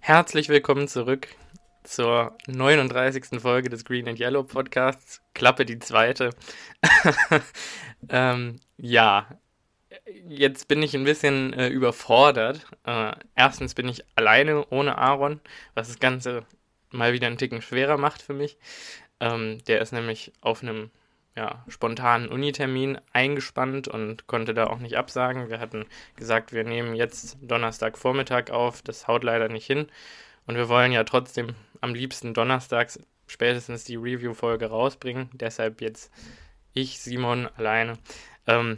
Herzlich willkommen zurück zur 39. Folge des Green and Yellow Podcasts. Klappe die zweite. Ja, jetzt bin ich ein bisschen überfordert. Erstens bin ich alleine ohne Aaron, was das Ganze mal wieder einen Ticken schwerer macht für mich. Der ist nämlich auf einem spontanen Unitermin eingespannt und konnte da auch nicht absagen. Wir hatten gesagt, wir nehmen jetzt Donnerstagvormittag auf. Das haut leider nicht hin. Und wir wollen ja trotzdem am liebsten donnerstags spätestens die Review-Folge rausbringen. Deshalb jetzt ich, Simon, alleine. Ähm,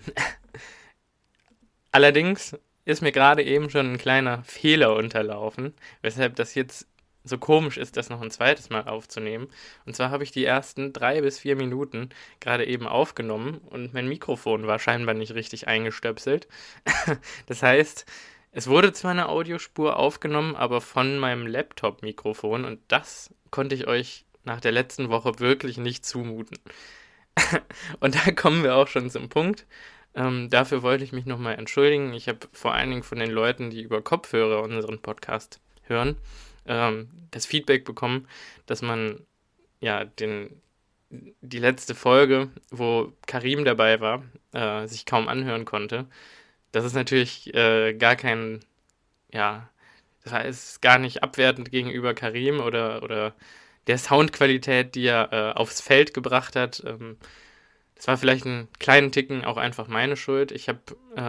Allerdings ist mir gerade eben schon ein kleiner Fehler unterlaufen, weshalb das jetzt so komisch ist, das noch ein zweites Mal aufzunehmen. Und zwar habe ich die ersten 3 bis 4 Minuten gerade eben aufgenommen und mein Mikrofon war scheinbar nicht richtig eingestöpselt. Das heißt, es wurde zwar eine Audiospur aufgenommen, aber von meinem Laptop-Mikrofon und das konnte ich euch nach der letzten Woche wirklich nicht zumuten. Und da kommen wir auch schon zum Punkt. Dafür wollte ich mich nochmal entschuldigen. Ich habe vor allen Dingen von den Leuten, die über Kopfhörer unseren Podcast hören, das Feedback bekommen, dass man ja die letzte Folge, wo Karim dabei war, sich kaum anhören konnte. Das ist natürlich das heißt gar nicht abwertend gegenüber Karim oder der Soundqualität, die er aufs Feld gebracht hat. Das war vielleicht einen kleinen Ticken auch einfach meine Schuld. Ich habe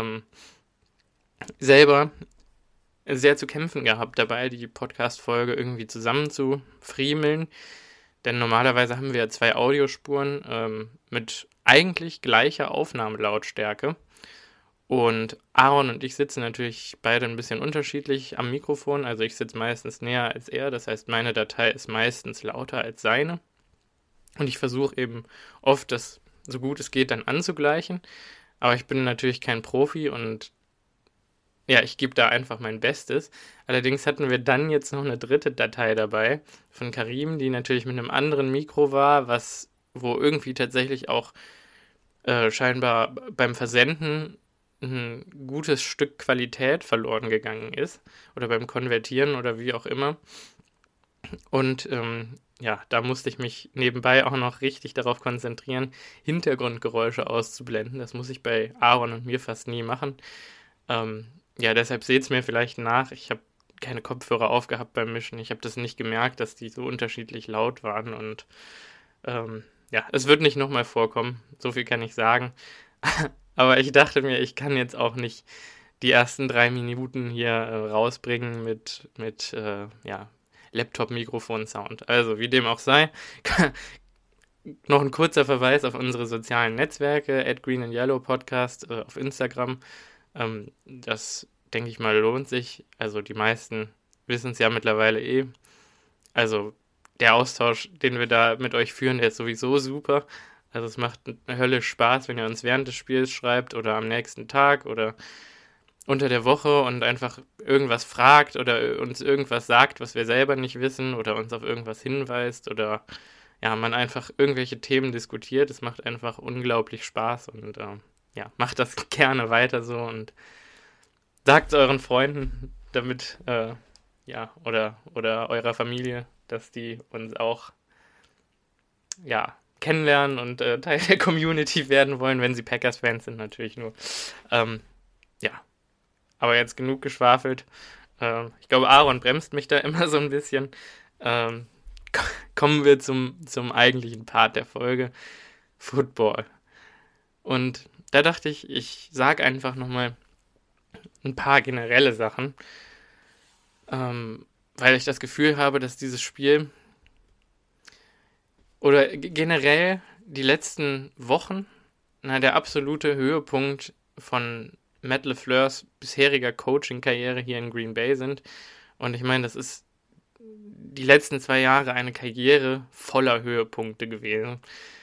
selber sehr zu kämpfen gehabt dabei, die Podcast-Folge irgendwie zusammenzufriemeln. Denn normalerweise haben wir 2 Audiospuren mit eigentlich gleicher Aufnahmelautstärke. Und Aaron und ich sitzen natürlich beide ein bisschen unterschiedlich am Mikrofon. Also ich sitze meistens näher als er. Das heißt, meine Datei ist meistens lauter als seine. Und ich versuche eben oft, das so gut es geht dann anzugleichen. Aber ich bin natürlich kein Profi und ja, ich gebe da einfach mein Bestes. Allerdings hatten wir dann jetzt noch eine dritte Datei dabei von Karim, die natürlich mit einem anderen Mikro war, wo irgendwie tatsächlich auch scheinbar beim Versenden ein gutes Stück Qualität verloren gegangen ist. Oder beim Konvertieren oder wie auch immer. Und da musste ich mich nebenbei auch noch richtig darauf konzentrieren, Hintergrundgeräusche auszublenden. Das muss ich bei Aaron und mir fast nie machen. Deshalb seht es mir vielleicht nach. Ich habe keine Kopfhörer aufgehabt beim Mischen. Ich habe das nicht gemerkt, dass die so unterschiedlich laut waren. Und es wird nicht nochmal vorkommen. So viel kann ich sagen. Aber ich dachte mir, ich kann jetzt auch nicht die ersten 3 Minuten hier rausbringen mit Laptop-Mikrofon-Sound. Also, wie dem auch sei, noch ein kurzer Verweis auf unsere sozialen Netzwerke, @greenandyellow-podcast auf Instagram. Das, denke ich mal, lohnt sich. Also, die meisten wissen es ja mittlerweile eh. Also, der Austausch, den wir da mit euch führen, der ist sowieso super. Also, es macht höllisch Spaß, wenn ihr uns während des Spiels schreibt oder am nächsten Tag oder unter der Woche und einfach irgendwas fragt oder uns irgendwas sagt, was wir selber nicht wissen oder uns auf irgendwas hinweist oder man einfach irgendwelche Themen diskutiert. Es macht einfach unglaublich Spaß und macht das gerne weiter so und sagt euren Freunden damit, oder eurer Familie, dass die uns auch, kennenlernen und Teil der Community werden wollen, wenn sie Packers-Fans sind natürlich nur. Aber jetzt genug geschwafelt. Ich glaube, Aaron bremst mich da immer so ein bisschen. Kommen wir zum eigentlichen Part der Folge. Football. Und da dachte ich sage einfach nochmal ein paar generelle Sachen. Weil ich das Gefühl habe, dass dieses Spiel oder generell die letzten Wochen der absolute Höhepunkt von Matt LaFleurs bisheriger Coaching-Karriere hier in Green Bay sind. Und ich meine, das ist die letzten 2 Jahre eine Karriere voller Höhepunkte gewesen.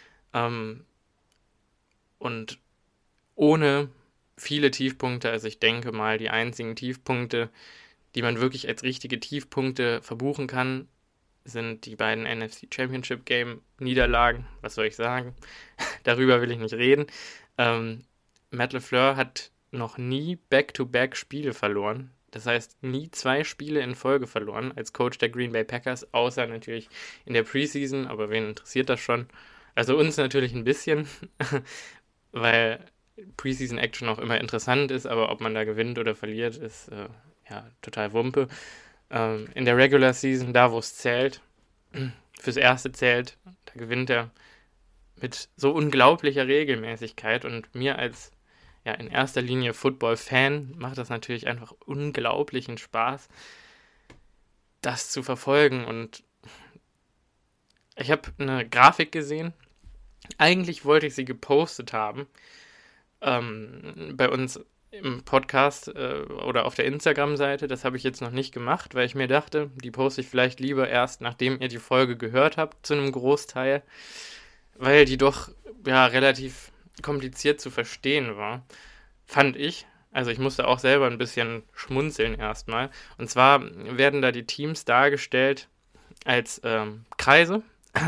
Und ohne viele Tiefpunkte, also ich denke mal, die einzigen Tiefpunkte, die man wirklich als richtige Tiefpunkte verbuchen kann, sind die beiden NFC Championship Game Niederlagen. Was soll ich sagen? Darüber will ich nicht reden. Matt LaFleur hat noch nie Back-to-Back Spiele verloren Das heißt, nie 2 Spiele in Folge verloren als Coach der Green Bay Packers, außer natürlich in der Preseason, aber wen interessiert das schon? Also uns natürlich ein bisschen, weil Preseason Action auch immer interessant ist, aber ob man da gewinnt oder verliert, ist ja total Wumpe. In der Regular Season, da wo es zählt, fürs Erste zählt, da gewinnt er mit so unglaublicher Regelmäßigkeit und mir als ja in erster Linie Football-Fan macht das natürlich einfach unglaublichen Spaß, das zu verfolgen. Und ich habe eine Grafik gesehen. Eigentlich wollte ich sie gepostet haben bei uns im Podcast oder auf der Instagram-Seite. Das habe ich jetzt noch nicht gemacht, weil ich mir dachte, die poste ich vielleicht lieber erst, nachdem ihr die Folge gehört habt, zu einem Großteil, weil die doch ja relativ kompliziert zu verstehen war, fand ich. Also ich musste auch selber ein bisschen schmunzeln erstmal. Und zwar werden da die Teams dargestellt als Kreise.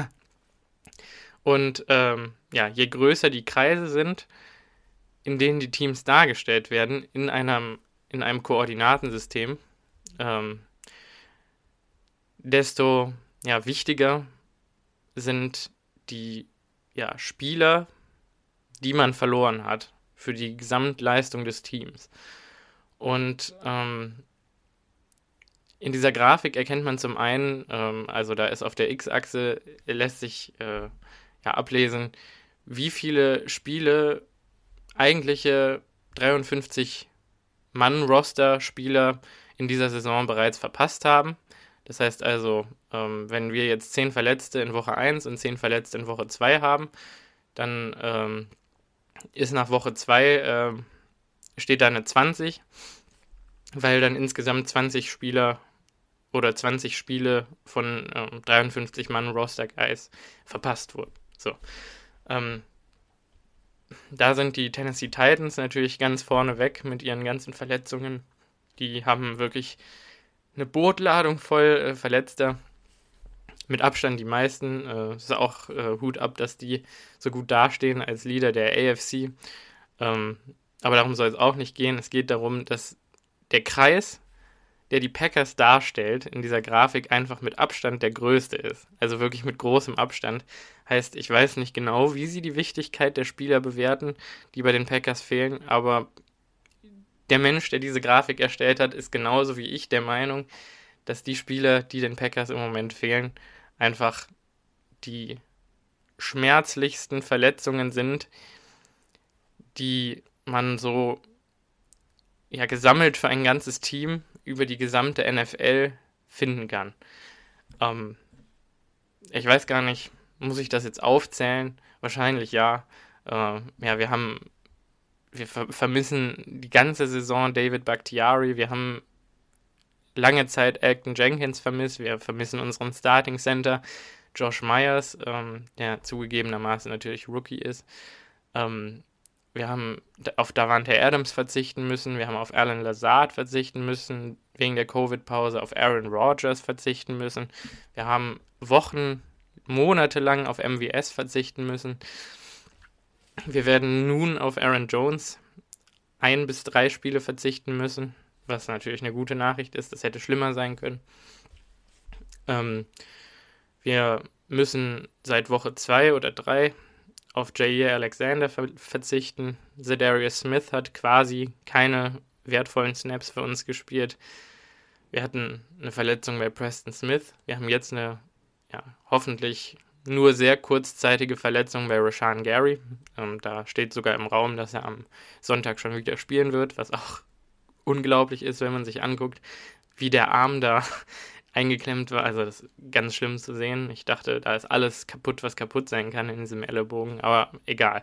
Und ja, je größer die Kreise sind, in denen die Teams dargestellt werden, in einem Koordinatensystem, desto ja, wichtiger sind die ja, Spieler, die man verloren hat, für die Gesamtleistung des Teams. Und in dieser Grafik erkennt man zum einen, also da ist auf der X-Achse, lässt sich ja, ablesen, wie viele Spiele eigentliche 53-Mann-Roster-Spieler in dieser Saison bereits verpasst haben. Das heißt also, wenn wir jetzt 10 Verletzte in Woche 1 und 10 Verletzte in Woche 2 haben, dann ist nach Woche 2 steht da eine 20, weil dann insgesamt 20 Spieler oder 20 Spiele von 53 Mann Roster Guys verpasst wurden. So. Da sind die Tennessee Titans natürlich ganz vorne weg mit ihren ganzen Verletzungen. Die haben wirklich eine Bootladung voll Verletzter. Mit Abstand die meisten. Es ist auch Hut ab, dass die so gut dastehen als Leader der AFC. Aber darum soll es auch nicht gehen. Es geht darum, dass der Kreis, der die Packers darstellt, in dieser Grafik einfach mit Abstand der größte ist. Also wirklich mit großem Abstand. Heißt, ich weiß nicht genau, wie sie die Wichtigkeit der Spieler bewerten, die bei den Packers fehlen, aber der Mensch, der diese Grafik erstellt hat, ist genauso wie ich der Meinung, dass die Spieler, die den Packers im Moment fehlen, einfach die schmerzlichsten Verletzungen sind, die man so ja, gesammelt für ein ganzes Team über die gesamte NFL finden kann. Ich weiß gar nicht, muss ich das jetzt aufzählen? Wahrscheinlich ja. Ja, wir vermissen die ganze Saison David Bakhtiari, wir haben lange Zeit Elgton Jenkins vermisst, wir vermissen unseren Starting Center Josh Myers, der zugegebenermaßen natürlich Rookie ist. Wir haben auf Davante Adams verzichten müssen, wir haben auf Alan Lazard verzichten müssen, wegen der Covid-Pause auf Aaron Rodgers verzichten müssen. Wir haben monatelang auf MVS verzichten müssen. Wir werden nun auf Aaron Jones 1 bis 3 Spiele verzichten müssen, was natürlich eine gute Nachricht ist, das hätte schlimmer sein können. Wir müssen seit Woche 2 oder 3 auf Jair Alexander verzichten. Za'Darius Smith hat quasi keine wertvollen Snaps für uns gespielt. Wir hatten eine Verletzung bei Preston Smith. Wir haben jetzt eine hoffentlich nur sehr kurzzeitige Verletzung bei Rashan Gary. Da steht sogar im Raum, dass er am Sonntag schon wieder spielen wird, was auch unglaublich ist, wenn man sich anguckt, wie der Arm da eingeklemmt war. Also das ist ganz schlimm zu sehen. Ich dachte, da ist alles kaputt, was kaputt sein kann in diesem Ellenbogen, aber egal.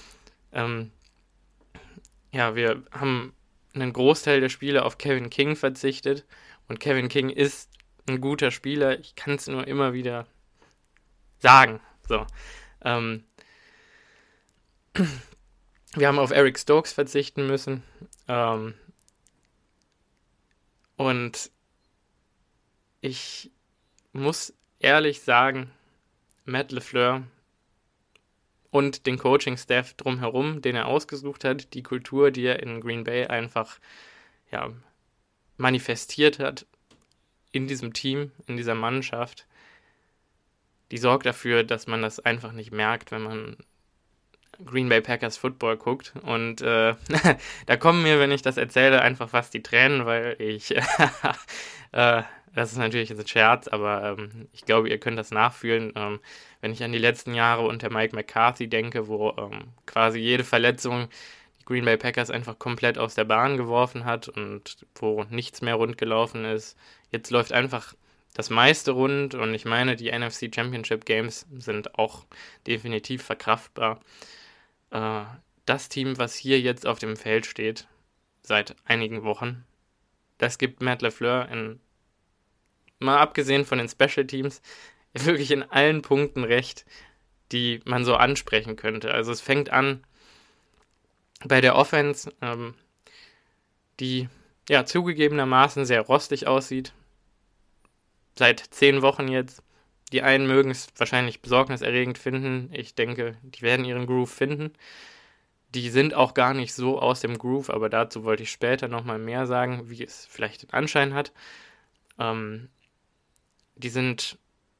Ja, wir haben einen Großteil der Spiele auf Kevin King verzichtet und Kevin King ist ein guter Spieler. Ich kann es nur immer wieder sagen. So. Wir haben auf Eric Stokes verzichten müssen. Und ich muss ehrlich sagen, Matt LaFleur und den Coaching-Staff drumherum, den er ausgesucht hat, die Kultur, die er in Green Bay einfach manifestiert hat in diesem Team, in dieser Mannschaft, die sorgt dafür, dass man das einfach nicht merkt, wenn man Green Bay Packers Football guckt. Und da kommen mir, wenn ich das erzähle, einfach fast die Tränen, weil ich, das ist natürlich jetzt ein Scherz, aber ich glaube, ihr könnt das nachfühlen, wenn ich an die letzten Jahre unter Mike McCarthy denke, wo quasi jede Verletzung die Green Bay Packers einfach komplett aus der Bahn geworfen hat und wo nichts mehr rund gelaufen ist. Jetzt läuft einfach das meiste rund und ich meine, die NFC Championship Games sind auch definitiv verkraftbar. Das Team, was hier jetzt auf dem Feld steht, seit einigen Wochen, das gibt Matt LaFleur mal abgesehen von den Special Teams, wirklich in allen Punkten recht, die man so ansprechen könnte. Also es fängt an bei der Offense, die ja zugegebenermaßen sehr rostig aussieht, seit 10 Wochen jetzt. Die einen mögen es wahrscheinlich besorgniserregend finden. Ich denke, die werden ihren Groove finden. Die sind auch gar nicht so aus dem Groove, aber dazu wollte ich später nochmal mehr sagen, wie es vielleicht den Anschein hat. Die sind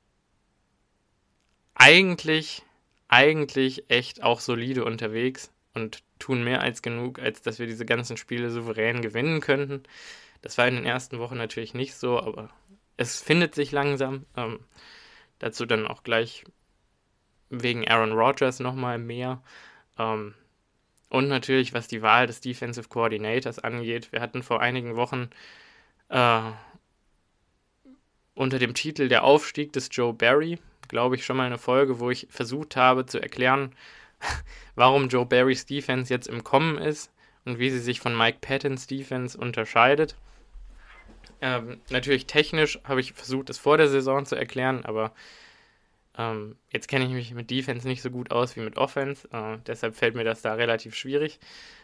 eigentlich echt auch solide unterwegs und tun mehr als genug, als dass wir diese ganzen Spiele souverän gewinnen könnten. Das war in den ersten Wochen natürlich nicht so, aber es findet sich langsam. Dazu dann auch gleich wegen Aaron Rodgers nochmal mehr. Und natürlich, was die Wahl des Defensive Coordinators angeht. Wir hatten vor einigen Wochen unter dem Titel Der Aufstieg des Joe Barry, glaube ich, schon mal eine Folge, wo ich versucht habe zu erklären, warum Joe Barrys Defense jetzt im Kommen ist und wie sie sich von Mike Pattons Defense unterscheidet. Natürlich technisch habe ich versucht, das vor der Saison zu erklären, aber jetzt kenne ich mich mit Defense nicht so gut aus wie mit Offense, deshalb fällt mir das da relativ schwierig,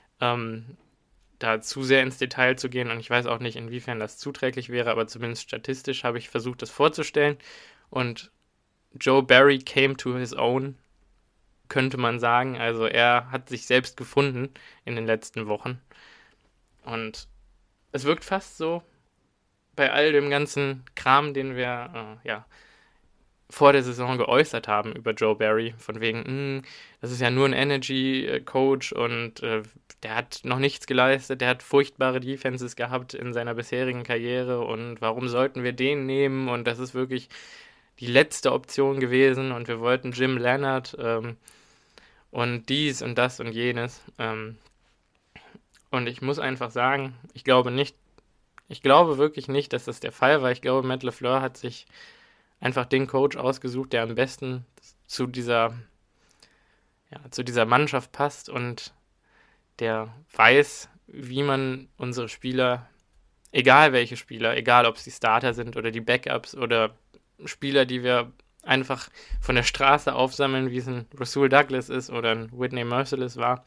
da zu sehr ins Detail zu gehen und ich weiß auch nicht, inwiefern das zuträglich wäre, aber zumindest statistisch habe ich versucht, das vorzustellen und Joe Barry came to his own, könnte man sagen, also er hat sich selbst gefunden in den letzten Wochen und es wirkt fast so, bei all dem ganzen Kram, den wir vor der Saison geäußert haben über Joe Barry, von wegen, das ist ja nur ein Energy-Coach und der hat noch nichts geleistet, der hat furchtbare Defenses gehabt in seiner bisherigen Karriere und warum sollten wir den nehmen und das ist wirklich die letzte Option gewesen und wir wollten Jim Leonard und dies und das und jenes. Und ich muss einfach sagen, ich glaube wirklich nicht, dass das der Fall war. Ich glaube, Matt LaFleur hat sich einfach den Coach ausgesucht, der am besten zu dieser Mannschaft passt und der weiß, wie man unsere Spieler, egal welche Spieler, egal ob sie Starter sind oder die Backups oder Spieler, die wir einfach von der Straße aufsammeln, wie es ein Rasul Douglas ist oder ein Whitney Mercilus war,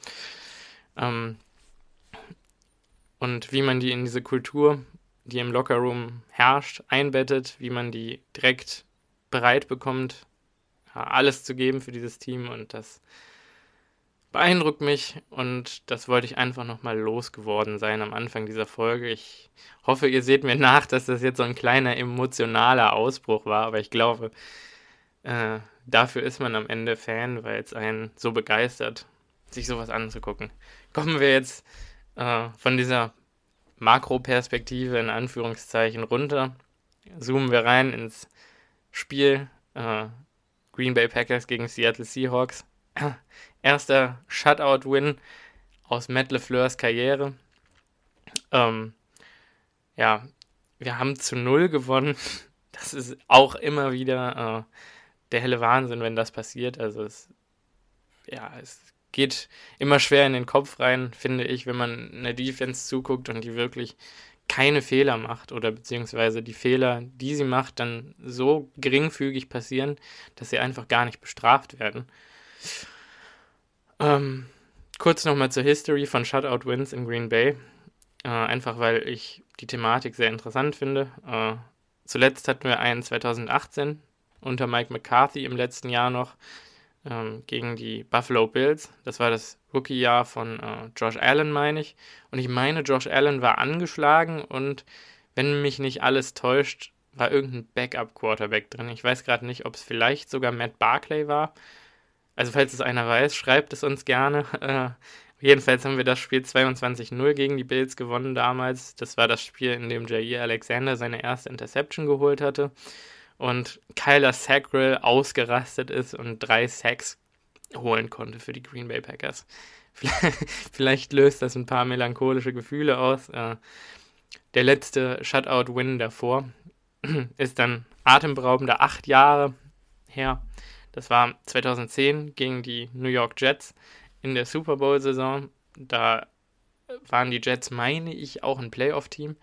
und wie man die in diese Kultur, die im Lockerroom herrscht, einbettet, wie man die direkt bereit bekommt, alles zu geben für dieses Team und das beeindruckt mich und das wollte ich einfach nochmal losgeworden sein am Anfang dieser Folge. Ich hoffe, ihr seht mir nach, dass das jetzt so ein kleiner emotionaler Ausbruch war, aber ich glaube, dafür ist man am Ende Fan, weil es einen so begeistert, sich sowas anzugucken. Kommen wir jetzt von dieser Makroperspektive in Anführungszeichen runter, zoomen wir rein ins Spiel Green Bay Packers gegen Seattle Seahawks. Erster Shutout-Win aus Matt LaFleurs Karriere. Wir haben zu 0 gewonnen. Das ist auch immer wieder der helle Wahnsinn, wenn das passiert. Also es geht immer schwer in den Kopf rein, finde ich, wenn man einer Defense zuguckt und die wirklich keine Fehler macht oder beziehungsweise die Fehler, die sie macht, dann so geringfügig passieren, dass sie einfach gar nicht bestraft werden. Kurz nochmal zur History von Shutout-Wins in Green Bay. Einfach weil ich die Thematik sehr interessant finde. Zuletzt hatten wir einen 2018 unter Mike McCarthy im letzten Jahr noch gegen die Buffalo Bills. Das war das Rookie-Jahr von Josh Allen, meine ich. Und ich meine, Josh Allen war angeschlagen und wenn mich nicht alles täuscht, war irgendein Backup-Quarterback drin. Ich weiß gerade nicht, ob es vielleicht sogar Matt Barkley war. Also falls es einer weiß, schreibt es uns gerne. Jedenfalls haben wir das Spiel 22-0 gegen die Bills gewonnen damals. Das war das Spiel, in dem Jair Alexander seine erste Interception geholt hatte und Kyler Fackrell ausgerastet ist und 3 Sacks holen konnte für die Green Bay Packers. Vielleicht löst das ein paar melancholische Gefühle aus. Der letzte Shutout-Win davor ist dann atemberaubende 8 Jahre her. Das war 2010 gegen die New York Jets in der Super Bowl-Saison. Da waren die Jets, meine ich, auch ein Playoff-Team.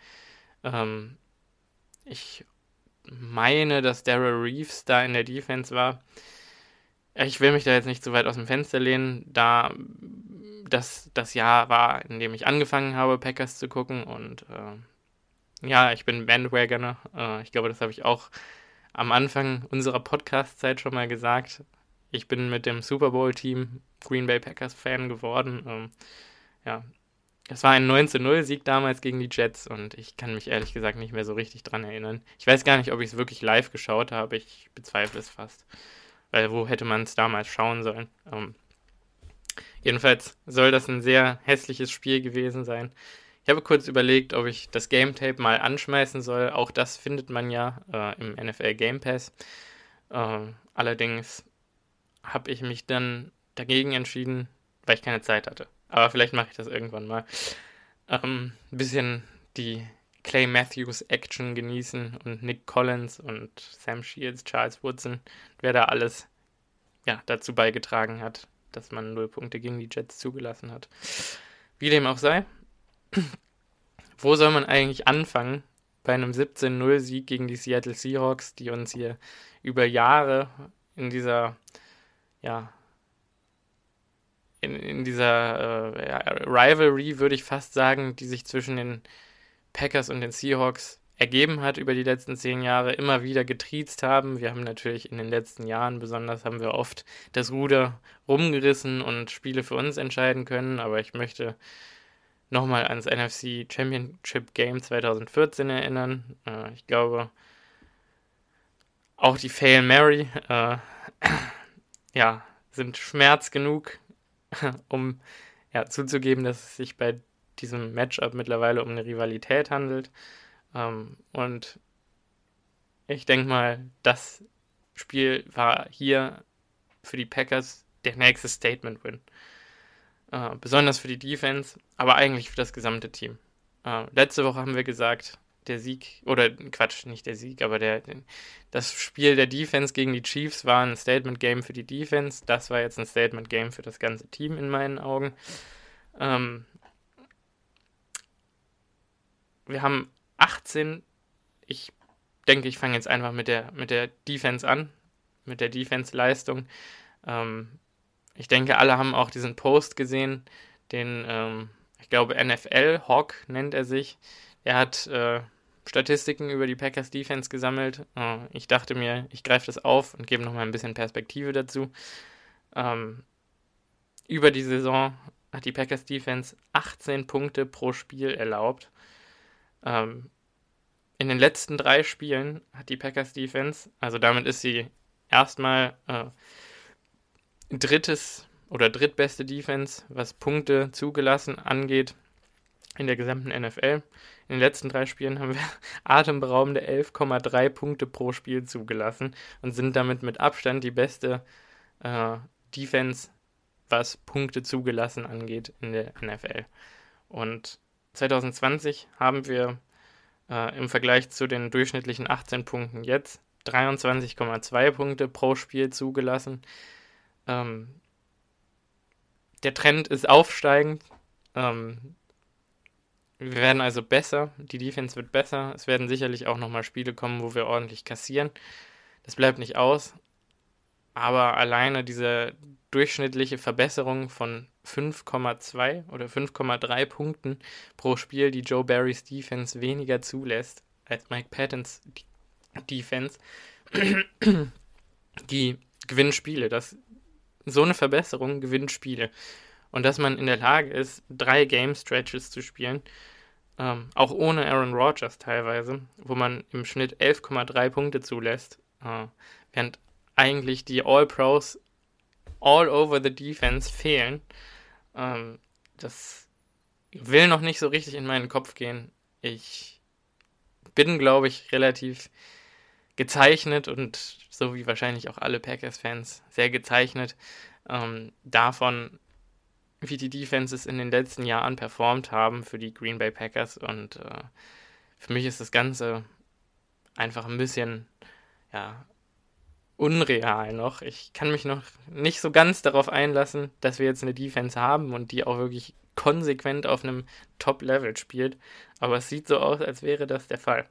Ich meine, dass Darrell Reeves da in der Defense war. Ich will mich da jetzt nicht zu weit aus dem Fenster lehnen, da das Jahr war, in dem ich angefangen habe, Packers zu gucken. Und ja, ich bin Bandwagoner. Ich glaube, das habe ich auch am Anfang unserer Podcast-Zeit schon mal gesagt. Ich bin mit dem Super Bowl-Team Green Bay Packers Fan geworden. Ja, es war ein 19-0-Sieg damals gegen die Jets und ich kann mich ehrlich gesagt nicht mehr so richtig dran erinnern. Ich weiß gar nicht, ob ich es wirklich live geschaut habe. Ich bezweifle es fast. Weil wo hätte man es damals schauen sollen? Jedenfalls soll das ein sehr hässliches Spiel gewesen sein. Ich habe kurz überlegt, ob ich das Game Tape mal anschmeißen soll. Auch das findet man ja im NFL Game Pass. Allerdings habe ich mich dann dagegen entschieden, weil ich keine Zeit hatte. Aber vielleicht mache ich das irgendwann mal. Ein bisschen die Clay Matthews Action genießen und Nick Collins und Sam Shields, Charles Woodson, wer da alles dazu beigetragen hat, dass man 0 Punkte gegen die Jets zugelassen hat. Wie dem auch sei, wo soll man eigentlich anfangen bei einem 17-0-Sieg gegen die Seattle Seahawks, die uns hier über Jahre in dieser Rivalry, würde ich fast sagen, die sich zwischen den Packers und den Seahawks ergeben hat über die letzten 10 Jahre, immer wieder getriezt haben. Wir haben natürlich in den letzten Jahren besonders, haben wir oft das Ruder rumgerissen und Spiele für uns entscheiden können, aber ich möchte nochmal ans NFC Championship Game 2014 erinnern. Ich glaube, auch die Hail Mary sind Schmerz genug, um zuzugeben, dass es sich bei diesem Matchup mittlerweile um eine Rivalität handelt. Und ich denke mal, das Spiel war hier für die Packers der nächste Statement-Win. Besonders für die Defense, aber eigentlich für das gesamte Team. Letzte Woche haben wir gesagt, der Sieg, oder Quatsch, nicht der Sieg, aber das Spiel der Defense gegen die Chiefs war ein Statement-Game für die Defense. Das war jetzt ein Statement-Game für das ganze Team in meinen Augen. Wir haben 18, ich denke, ich fange jetzt einfach mit der Defense an, mit der Defense-Leistung. Ich denke, alle haben auch diesen Post gesehen, den, ich glaube, NFL Hawk nennt er sich. Er hat Statistiken über die Packers Defense gesammelt. Ich dachte mir, ich greife das auf und gebe nochmal ein bisschen Perspektive dazu. Über die Saison hat die Packers Defense 18 Punkte pro Spiel erlaubt. In den letzten 3 Spielen hat die Packers Defense, also damit ist sie erstmal drittbeste Defense, was Punkte zugelassen angeht in der gesamten NFL. In den letzten 3 Spielen haben wir atemberaubende 11,3 Punkte pro Spiel zugelassen und sind damit mit Abstand die beste Defense, was Punkte zugelassen angeht in der NFL. Und 2020 haben wir im Vergleich zu den durchschnittlichen 18 Punkten jetzt 23,2 Punkte pro Spiel zugelassen. Der Trend ist aufsteigend. Wir werden also besser. Die Defense wird besser. Es werden sicherlich auch nochmal Spiele kommen, wo wir ordentlich kassieren. Das bleibt nicht aus. Aber alleine diese durchschnittliche Verbesserung von 5,2 oder 5,3 Punkten pro Spiel, die Joe Barrys Defense weniger zulässt als Mike Pattons Defense, die gewinnt Spiele. So eine Verbesserung gewinnt Spiele. Und dass man in der Lage ist, 3 Game Stretches zu spielen, auch ohne Aaron Rodgers teilweise, wo man im Schnitt 11,3 Punkte zulässt, während eigentlich die All-Pros all over the defense fehlen. Das will noch nicht so richtig in meinen Kopf gehen. Ich bin, glaube ich, relativ gezeichnet und so wie wahrscheinlich auch alle Packers-Fans sehr gezeichnet davon, wie die Defenses in den letzten Jahren performt haben für die Green Bay Packers. Und für mich ist das Ganze einfach ein bisschen, ja, unreal noch. Ich kann mich noch nicht so ganz darauf einlassen, dass wir jetzt eine Defense haben und die auch wirklich konsequent auf einem Top-Level spielt. Aber es sieht so aus, als wäre das der Fall.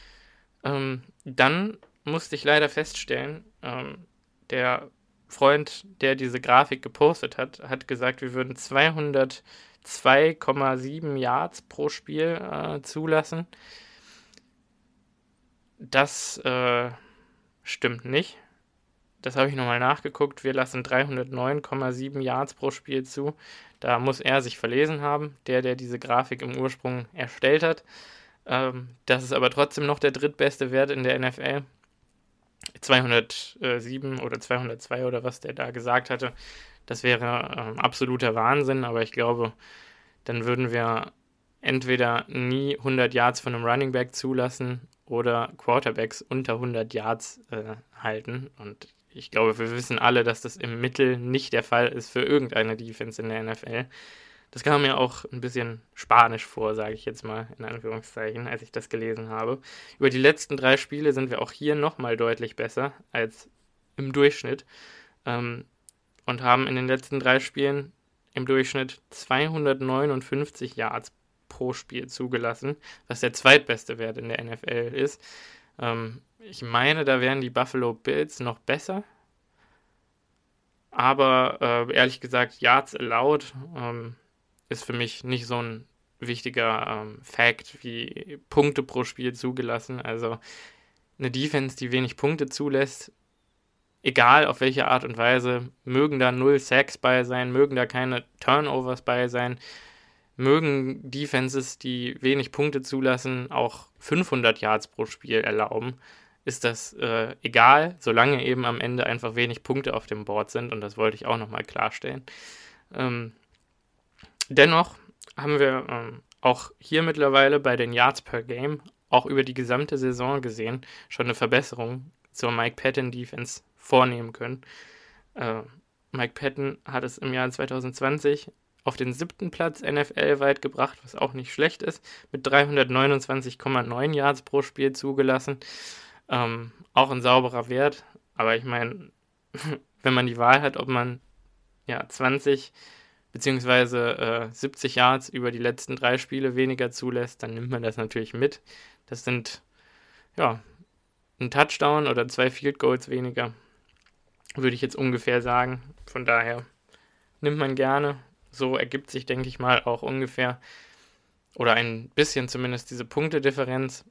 Dann musste ich leider feststellen, der Freund, der diese Grafik gepostet hat, hat gesagt, wir würden 202,7 Yards pro Spiel zulassen. Das stimmt nicht. Das habe ich nochmal nachgeguckt. Wir lassen 309,7 Yards pro Spiel zu. Da muss er sich verlesen haben, der diese Grafik im Ursprung erstellt hat. Das ist aber trotzdem noch der drittbeste Wert in der NFL. 207 oder 202 oder was der da gesagt hatte. Das wäre absoluter Wahnsinn, aber ich glaube, dann würden wir entweder nie 100 Yards von einem Running Back zulassen oder Quarterbacks unter 100 Yards halten. Und ich glaube, wir wissen alle, dass das im Mittel nicht der Fall ist für irgendeine Defense in der NFL. Das kam mir auch ein bisschen spanisch vor, sage ich jetzt mal in Anführungszeichen, als ich das gelesen habe. Über die letzten 3 Spiele sind wir auch hier nochmal deutlich besser als im Durchschnitt und haben in den letzten 3 Spielen im Durchschnitt 259 Yards pro Spiel zugelassen, was der zweitbeste Wert in der NFL ist. Ich meine, da wären die Buffalo Bills noch besser, aber ehrlich gesagt, Yards allowed ist für mich nicht so ein wichtiger Fact wie Punkte pro Spiel zugelassen. Also eine Defense, die wenig Punkte zulässt, egal auf welche Art und Weise, mögen da 0 Sacks bei sein, mögen da keine Turnovers bei sein, mögen Defenses, die wenig Punkte zulassen, auch 500 Yards pro Spiel erlauben, ist das egal, solange eben am Ende einfach wenig Punkte auf dem Board sind, und das wollte ich auch nochmal klarstellen. Dennoch haben wir auch hier mittlerweile bei den Yards per Game auch über die gesamte Saison gesehen schon eine Verbesserung zur Mike Patton Defense vornehmen können. Mike Patton hat es im Jahr 2020 auf den 7. Platz NFL-weit gebracht, was auch nicht schlecht ist, mit 329,9 Yards pro Spiel zugelassen. Auch ein sauberer Wert, aber ich meine, wenn man die Wahl hat, ob man 20 beziehungsweise 70 Yards über die letzten 3 Spiele weniger zulässt, dann nimmt man das natürlich mit. Das sind ein Touchdown oder 2 Field Goals weniger, würde ich jetzt ungefähr sagen. Von daher nimmt man gerne. So ergibt sich, denke ich mal, auch ungefähr oder ein bisschen zumindest diese Punktedifferenz.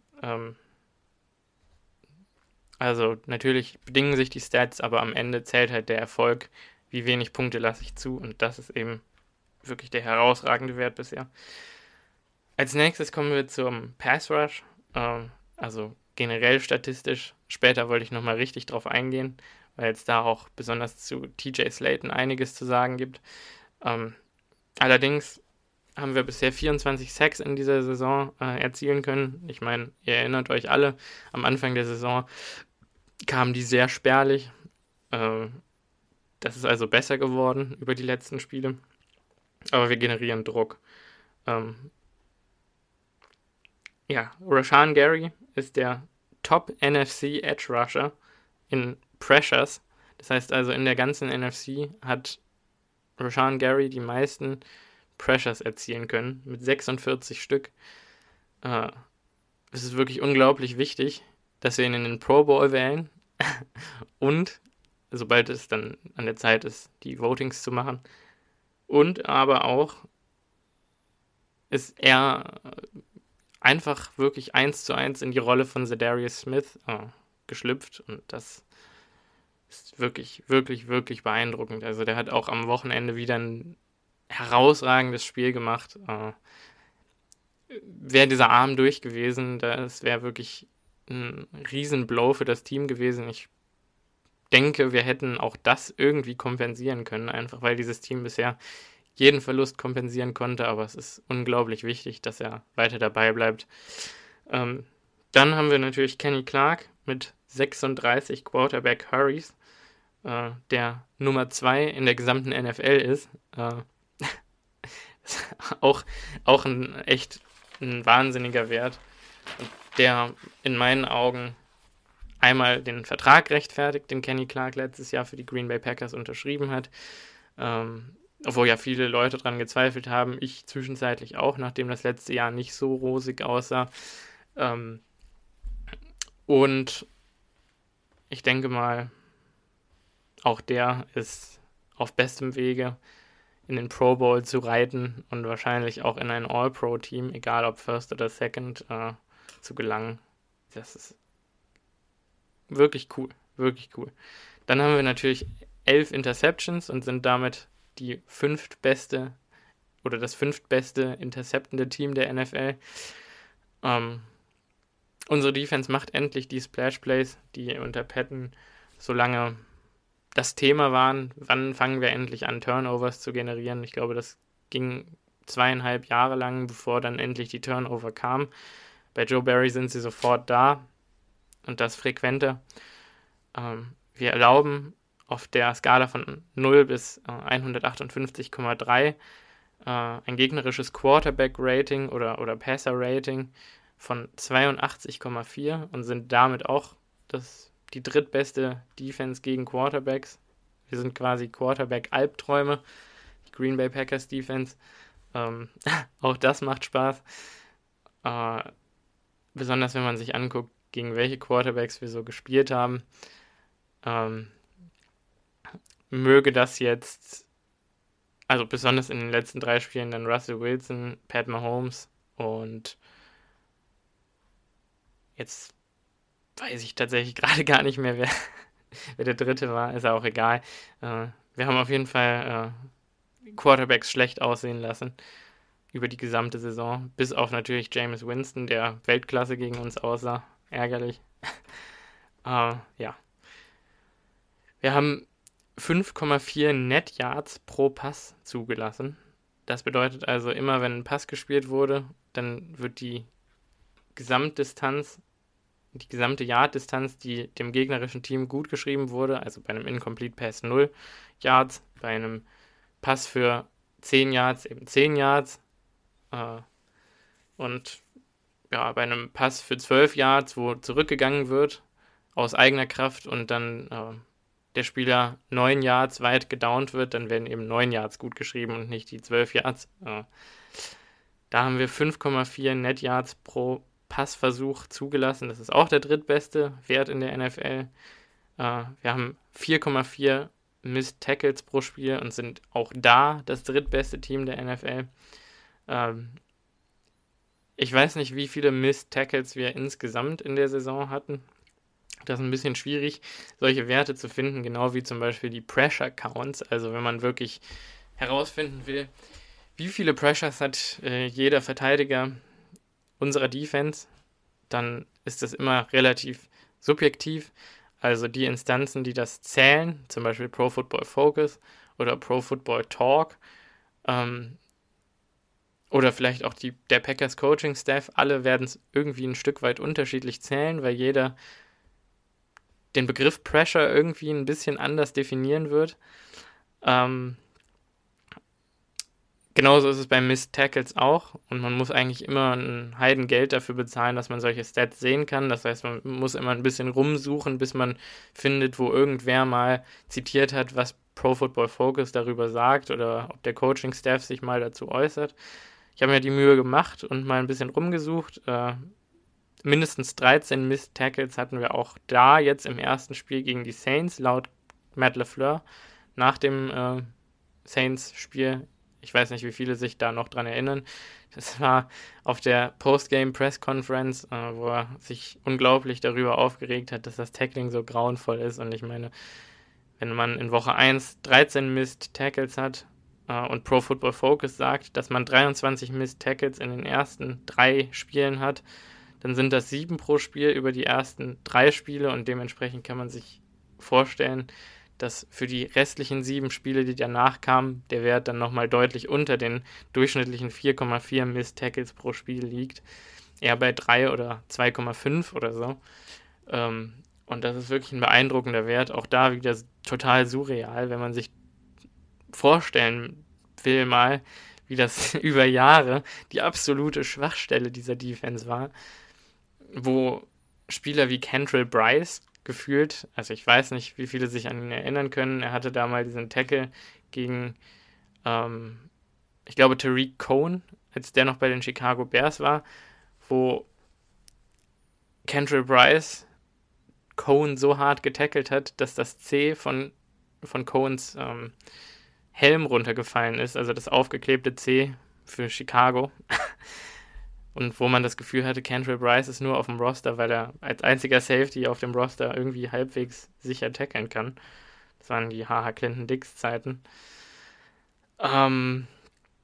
Also natürlich bedingen sich die Stats, aber am Ende zählt halt der Erfolg, wie wenig Punkte lasse ich zu, und das ist eben wirklich der herausragende Wert bisher. Als nächstes kommen wir zum Pass Rush, also generell statistisch. Später wollte ich nochmal richtig drauf eingehen, weil es da auch besonders zu TJ Slaton einiges zu sagen gibt. Allerdings haben wir bisher 24 Sacks in dieser Saison erzielen können. Ich meine, ihr erinnert euch alle, am Anfang der Saison kamen die sehr spärlich. Das ist also besser geworden über die letzten Spiele. Aber wir generieren Druck. Rashan Gary ist der Top NFC Edge Rusher in Pressures. Das heißt also, in der ganzen NFC hat Rashan Gary die meisten Pressures erzielen können, mit 46 Stück. Es ist wirklich unglaublich wichtig, dass wir ihn in den Pro Bowl wählen und, sobald es dann an der Zeit ist, die Votings zu machen, und aber auch ist er einfach wirklich 1:1 in die Rolle von Za'Darius Smith geschlüpft, und das ist wirklich, wirklich, wirklich beeindruckend. Also der hat auch am Wochenende wieder ein herausragendes Spiel gemacht. wäre dieser Arm durch gewesen. Das wäre wirklich ein Riesenblow für das Team gewesen. Ich denke, wir hätten auch das irgendwie kompensieren können, einfach weil dieses Team bisher jeden Verlust kompensieren konnte, aber es ist unglaublich wichtig, dass er weiter dabei bleibt. Dann haben wir natürlich Kenny Clark mit 36 Quarterback Hurries, der Nummer 2 in der gesamten NFL ist. auch ein wahnsinniger Wert, der in meinen Augen einmal den Vertrag rechtfertigt, den Kenny Clark letztes Jahr für die Green Bay Packers unterschrieben hat, obwohl ja viele Leute daran gezweifelt haben, ich zwischenzeitlich auch, nachdem das letzte Jahr nicht so rosig aussah. Und ich denke mal, auch der ist auf bestem Wege, in den Pro Bowl zu reiten und wahrscheinlich auch in ein All-Pro-Team, egal ob First oder Second, zu gelangen. Das ist wirklich cool, wirklich cool. Dann haben wir natürlich 11 Interceptions und sind damit das fünftbeste interceptende Team der NFL. Unsere Defense macht endlich die Splash Plays, die unter Patton so lange das Thema waren. Wann fangen wir endlich an, Turnovers zu generieren? Ich glaube, das ging 2,5 Jahre lang, bevor dann endlich die Turnover kamen. Bei Joe Barry sind sie sofort da und das frequenter. Wir erlauben auf der Skala von 0 bis 158,3 ein gegnerisches Quarterback-Rating oder Passer-Rating von 82,4 und sind damit auch die drittbeste Defense gegen Quarterbacks. Wir sind quasi Quarterback-Albträume, die Green Bay Packers Defense. Auch das macht Spaß. Besonders wenn man sich anguckt, gegen welche Quarterbacks wir so gespielt haben. Möge das jetzt, also besonders in den letzten 3 Spielen, dann Russell Wilson, Pat Mahomes und jetzt weiß ich tatsächlich gerade gar nicht mehr, wer der dritte war, ist ja auch egal. Wir haben auf jeden Fall Quarterbacks schlecht aussehen lassen über die gesamte Saison, bis auf natürlich Jameis Winston, der Weltklasse gegen uns aussah. Ärgerlich. Ja. Wir haben 5,4 Net Yards pro Pass zugelassen. Das bedeutet also, immer wenn ein Pass gespielt wurde, dann wird die gesamte Yard-Distanz, die dem gegnerischen Team gut geschrieben wurde, also bei einem Incomplete Pass 0 Yards, bei einem Pass für 10 Yards eben 10 Yards und ja, bei einem Pass für 12 Yards, wo zurückgegangen wird aus eigener Kraft und dann der Spieler 9 Yards weit gedownt wird, dann werden eben 9 Yards gut geschrieben und nicht die 12 Yards. Da haben wir 5,4 Net Yards pro Passversuch zugelassen. Das ist auch der drittbeste Wert in der NFL. Wir haben 4,4 Missed Tackles pro Spiel und sind auch da das drittbeste Team der NFL. Ich weiß nicht, wie viele Missed Tackles wir insgesamt in der Saison hatten. Das ist ein bisschen schwierig, solche Werte zu finden, genau wie zum Beispiel die Pressure Counts. Also wenn man wirklich herausfinden will, wie viele Pressures hat jeder Verteidiger unserer Defense, dann ist das immer relativ subjektiv. Also die Instanzen, die das zählen, zum Beispiel Pro Football Focus oder Pro Football Talk, oder vielleicht auch der Packers Coaching Staff, alle werden es irgendwie ein Stück weit unterschiedlich zählen, weil jeder den Begriff Pressure irgendwie ein bisschen anders definieren wird. Genauso ist es bei Missed Tackles auch und man muss eigentlich immer ein Heidengeld dafür bezahlen, dass man solche Stats sehen kann. Das heißt, man muss immer ein bisschen rumsuchen, bis man findet, wo irgendwer mal zitiert hat, was Pro Football Focus darüber sagt oder ob der Coaching Staff sich mal dazu äußert. Ich habe mir die Mühe gemacht und mal ein bisschen rumgesucht. Mindestens 13 Missed Tackles hatten wir auch da jetzt im ersten Spiel gegen die Saints, laut Matt LaFleur, nach dem Saints-Spiel. Ich weiß nicht, wie viele sich da noch dran erinnern. Das war auf der Postgame-Press-Conference, wo er sich unglaublich darüber aufgeregt hat, dass das Tackling so grauenvoll ist. Und ich meine, wenn man in Woche 1 13 Missed Tackles hat, und Pro Football Focus sagt, dass man 23 Missed Tackles in den ersten 3 Spielen hat, dann sind das 7 pro Spiel über die ersten 3 Spiele und dementsprechend kann man sich vorstellen, dass für die restlichen 7 Spiele, die danach kamen, der Wert dann nochmal deutlich unter den durchschnittlichen 4,4 Missed Tackles pro Spiel liegt. Eher bei 3 oder 2,5 oder so. Und das ist wirklich ein beeindruckender Wert. Auch da wieder total surreal, wenn man sich vorstellen will mal, wie das über Jahre die absolute Schwachstelle dieser Defense war, wo Spieler wie Kentrell Brice gefühlt, also ich weiß nicht, wie viele sich an ihn erinnern können, er hatte da mal diesen Tackle gegen, ich glaube, Tariq Cohen, als der noch bei den Chicago Bears war, wo Kentrell Brice Cohen so hart getackelt hat, dass das C von Cohens Helm runtergefallen ist, also das aufgeklebte C für Chicago. Und wo man das Gefühl hatte, Kentrell Brice ist nur auf dem Roster, weil er als einziger Safety auf dem Roster irgendwie halbwegs sicher tackeln kann. Das waren die HH Clinton Dix Zeiten. Und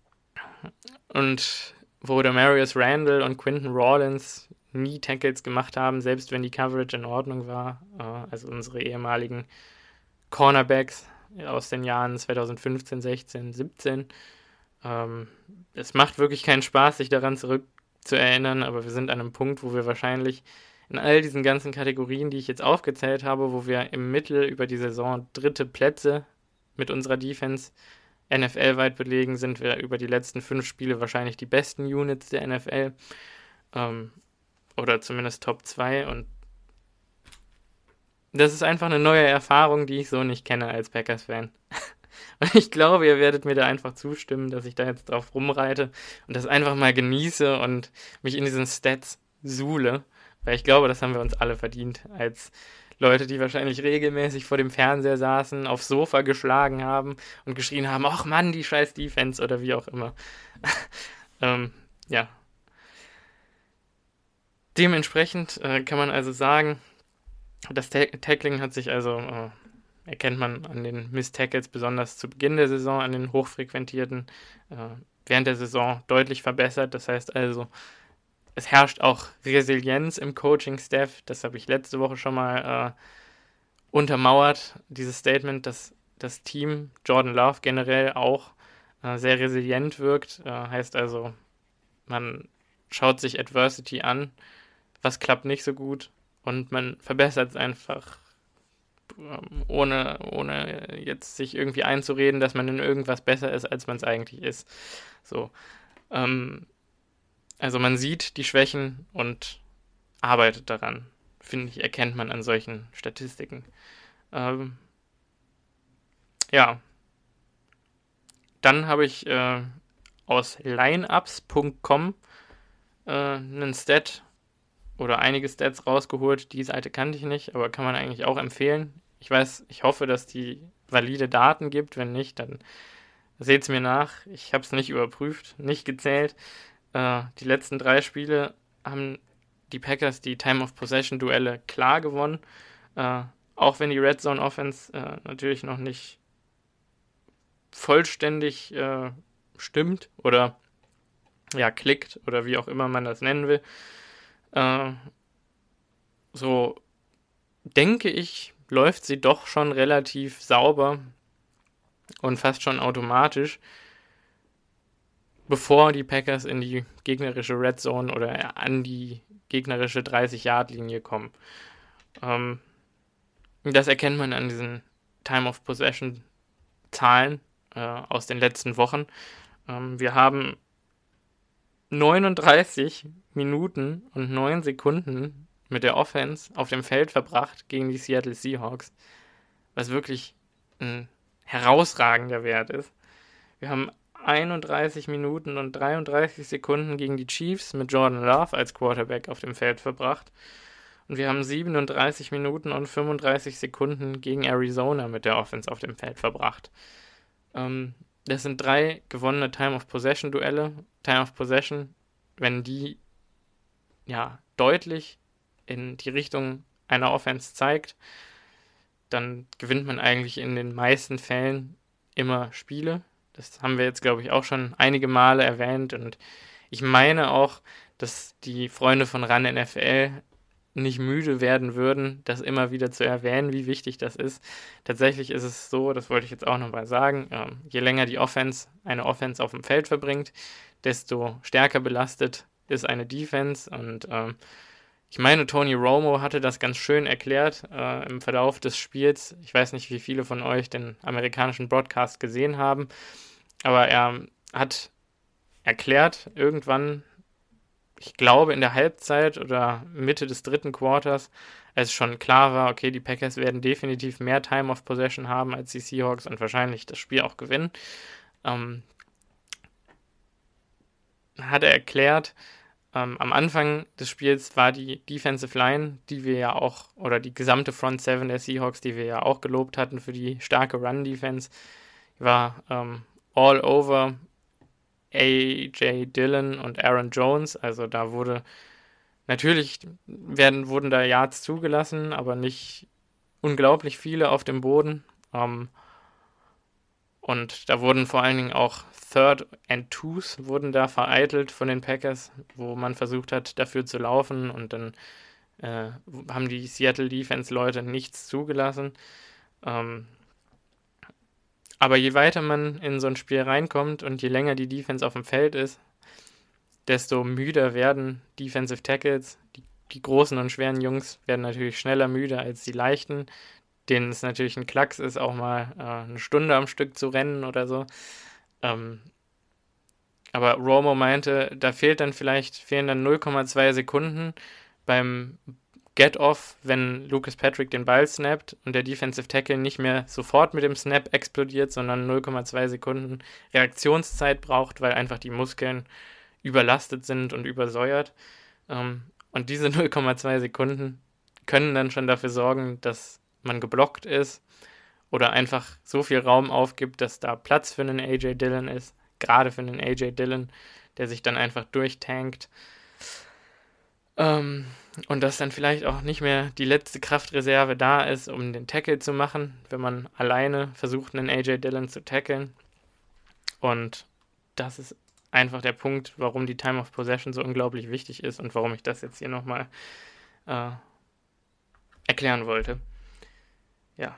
wo Demarius Randall und Quinton Rawlins nie Tackles gemacht haben, selbst wenn die Coverage in Ordnung war. Also unsere ehemaligen Cornerbacks aus den Jahren 2015, 16, 17. Es macht wirklich keinen Spaß, sich daran zurückzuerinnern, aber wir sind an einem Punkt, wo wir wahrscheinlich in all diesen ganzen Kategorien, die ich jetzt aufgezählt habe, wo wir im Mittel über die Saison 3. Plätze mit unserer Defense NFL-weit belegen, sind wir über die letzten 5 Spiele wahrscheinlich die besten Units der NFL. Oder zumindest Top 2. Und das ist einfach eine neue Erfahrung, die ich so nicht kenne als Packers-Fan. Und ich glaube, ihr werdet mir da einfach zustimmen, dass ich da jetzt drauf rumreite und das einfach mal genieße und mich in diesen Stats suhle. Weil ich glaube, das haben wir uns alle verdient, als Leute, die wahrscheinlich regelmäßig vor dem Fernseher saßen, aufs Sofa geschlagen haben und geschrien haben, ach Mann, die scheiß Defense oder wie auch immer. Ja. Dementsprechend kann man also sagen, das Tackling hat sich also, erkennt man an den Missed Tackles, besonders zu Beginn der Saison, an den hochfrequentierten, während der Saison deutlich verbessert. Das heißt also, es herrscht auch Resilienz im Coaching-Staff. Das habe ich letzte Woche schon mal untermauert, dieses Statement, dass das Team, Jordan Love generell auch sehr resilient wirkt. Heißt also, man schaut sich Adversity an, was klappt nicht so gut und man verbessert es einfach, ohne jetzt sich irgendwie einzureden, dass man in irgendwas besser ist, als man es eigentlich ist. So. Also man sieht die Schwächen und arbeitet daran. Finde ich, erkennt man an solchen Statistiken. Ja. Dann habe ich aus lineups.com einen Stat oder einige Stats rausgeholt. Die Seite kannte ich nicht, aber kann man eigentlich auch empfehlen. Ich hoffe, dass die valide Daten gibt. Wenn nicht, dann seht es mir nach. Ich habe es nicht überprüft, nicht gezählt. Die letzten 3 Spiele haben die Packers die Time of Possession Duelle klar gewonnen. Auch wenn die Red Zone Offense natürlich noch nicht vollständig stimmt oder ja, klickt oder wie auch immer man das nennen will. So denke ich, läuft sie doch schon relativ sauber und fast schon automatisch, bevor die Packers in die gegnerische Red Zone oder an die gegnerische 30-Yard-Linie kommen. Das erkennt man an diesen Time of Possession Zahlen aus den letzten Wochen. Wir haben 39 Minuten und 9 Sekunden mit der Offense auf dem Feld verbracht gegen die Seattle Seahawks, was wirklich ein herausragender Wert ist. Wir haben 31 Minuten und 33 Sekunden gegen die Chiefs mit Jordan Love als Quarterback auf dem Feld verbracht. Und wir haben 37 Minuten und 35 Sekunden gegen Arizona mit der Offense auf dem Feld verbracht. Das sind 3 gewonnene Time-of-Possession-Duelle. Time of Possession, wenn die ja deutlich in die Richtung einer Offense zeigt, dann gewinnt man eigentlich in den meisten Fällen immer Spiele. Das haben wir jetzt, glaube ich, auch schon einige Male erwähnt. Und ich meine auch, dass die Freunde von RAN NFL nicht müde werden würden, das immer wieder zu erwähnen, wie wichtig das ist. Tatsächlich ist es so, das wollte ich jetzt auch nochmal sagen, je länger die eine Offense auf dem Feld verbringt, desto stärker belastet ist eine Defense. Und ich meine, Tony Romo hatte das ganz schön erklärt im Verlauf des Spiels. Ich weiß nicht, wie viele von euch den amerikanischen Broadcast gesehen haben, aber er hat erklärt irgendwann, ich glaube in der Halbzeit oder Mitte des dritten Quarters, als schon klar war, okay, die Packers werden definitiv mehr Time of Possession haben als die Seahawks und wahrscheinlich das Spiel auch gewinnen, hat er erklärt, am Anfang des Spiels war die Defensive Line, die wir ja auch, oder die gesamte Front Seven der Seahawks, die wir ja auch gelobt hatten für die starke Run-Defense, war all over A.J. Dillon und Aaron Jones. Also da wurden da Yards zugelassen, aber nicht unglaublich viele auf dem Boden. Und da wurden vor allen Dingen auch Third and Twos wurden da vereitelt von den Packers, wo man versucht hat, dafür zu laufen, und dann haben die Seattle Defense-Leute nichts zugelassen. Aber je weiter man in so ein Spiel reinkommt und je länger die Defense auf dem Feld ist, desto müder werden Defensive Tackles. Die großen und schweren Jungs werden natürlich schneller müde als die leichten, denen es natürlich ein Klacks ist, auch mal eine Stunde am Stück zu rennen oder so. Aber Romo meinte, fehlen dann 0,2 Sekunden beim Get-Off, wenn Lucas Patrick den Ball snappt und der Defensive Tackle nicht mehr sofort mit dem Snap explodiert, sondern 0,2 Sekunden Reaktionszeit braucht, weil einfach die Muskeln überlastet sind und übersäuert. Und diese 0,2 Sekunden können dann schon dafür sorgen, dass man geblockt ist oder einfach so viel Raum aufgibt, dass da Platz für einen A.J. Dillon ist, gerade für einen A.J. Dillon, der sich dann einfach durchtankt. Und dass dann vielleicht auch nicht mehr die letzte Kraftreserve da ist, um den Tackle zu machen, wenn man alleine versucht, einen A.J. Dillon zu tackeln. Und das ist einfach der Punkt, warum die Time of Possession so unglaublich wichtig ist und warum ich das jetzt hier nochmal erklären wollte. Ja.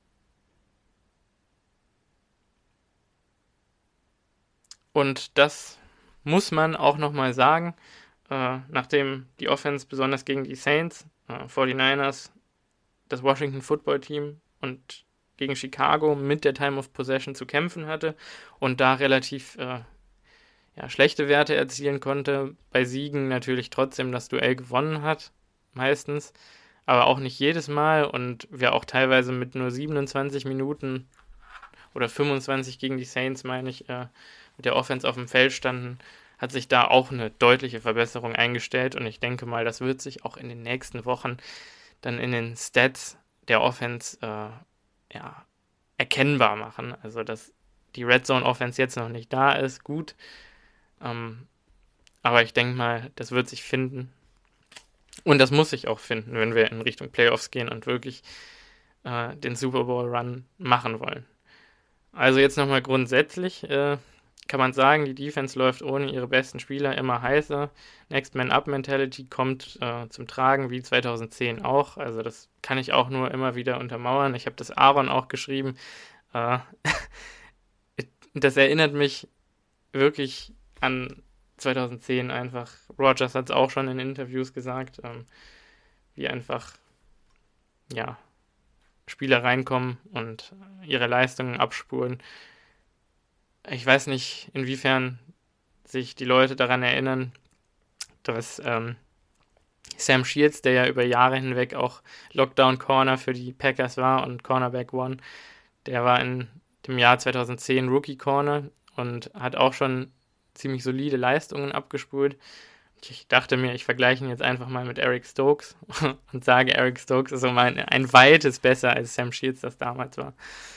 Und das muss man auch nochmal sagen, nachdem die Offense besonders gegen die Saints, 49ers, das Washington Football Team und gegen Chicago mit der Time of Possession zu kämpfen hatte und da relativ schlechte Werte erzielen konnte, bei Siegen natürlich trotzdem das Duell gewonnen hat, meistens, aber auch nicht jedes Mal, und wir auch teilweise mit nur 27 Minuten oder 25 gegen die Saints, meine ich, mit der Offense auf dem Feld standen, hat sich da auch eine deutliche Verbesserung eingestellt, und ich denke mal, das wird sich auch in den nächsten Wochen dann in den Stats der Offense erkennbar machen. Also, dass die Red Zone Offense jetzt noch nicht da ist, gut, aber ich denke mal, das wird sich finden, und das muss sich auch finden, wenn wir in Richtung Playoffs gehen und wirklich den Super Bowl Run machen wollen. Also jetzt nochmal grundsätzlich kann man sagen, die Defense läuft ohne ihre besten Spieler immer heißer. Next Man Up Mentality kommt zum Tragen, wie 2010 auch. Also das kann ich auch nur immer wieder untermauern. Ich habe das Aaron auch geschrieben. Das erinnert mich wirklich an 2010 einfach. Rodgers hat es auch schon in Interviews gesagt, wie einfach, Spieler reinkommen und ihre Leistungen abspulen. Ich weiß nicht, inwiefern sich die Leute daran erinnern, dass Sam Shields, der ja über Jahre hinweg auch Lockdown Corner für die Packers war und Cornerback One, der war in dem Jahr 2010 Rookie Corner und hat auch schon ziemlich solide Leistungen abgespult. Ich dachte mir, ich vergleiche ihn jetzt einfach mal mit Eric Stokes und sage, Eric Stokes ist ein weites besser, als Sam Shields das damals war.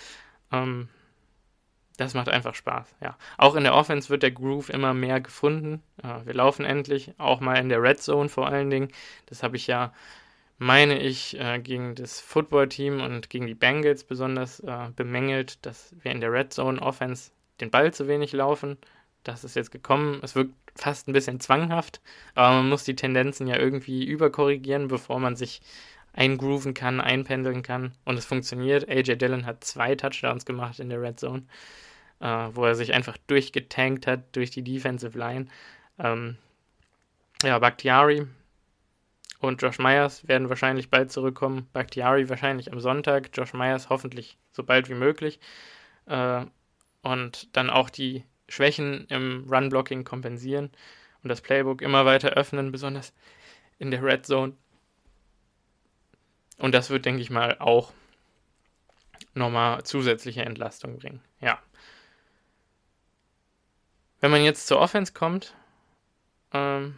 Das macht einfach Spaß, ja. Auch in der Offense wird der Groove immer mehr gefunden. Wir laufen endlich, auch mal in der Red Zone vor allen Dingen. Das habe ich ja, meine ich, gegen das Football-Team und gegen die Bengals besonders bemängelt, dass wir in der Red Zone Offense den Ball zu wenig laufen. Das ist jetzt gekommen. Es wirkt fast ein bisschen zwanghaft, aber man muss die Tendenzen ja irgendwie überkorrigieren, bevor man sich eingrooven kann, einpendeln kann. Und es funktioniert. A.J. Dillon hat 2 Touchdowns gemacht in der Red Zone, wo er sich einfach durchgetankt hat durch die Defensive Line. Bakhtiari und Josh Myers werden wahrscheinlich bald zurückkommen. Bakhtiari wahrscheinlich am Sonntag, Josh Myers hoffentlich so bald wie möglich. Und dann auch die Schwächen im Run-Blocking kompensieren und das Playbook immer weiter öffnen, besonders in der Red Zone. Und das wird, denke ich mal, auch nochmal zusätzliche Entlastung bringen. Ja. Wenn man jetzt zur Offense kommt, dann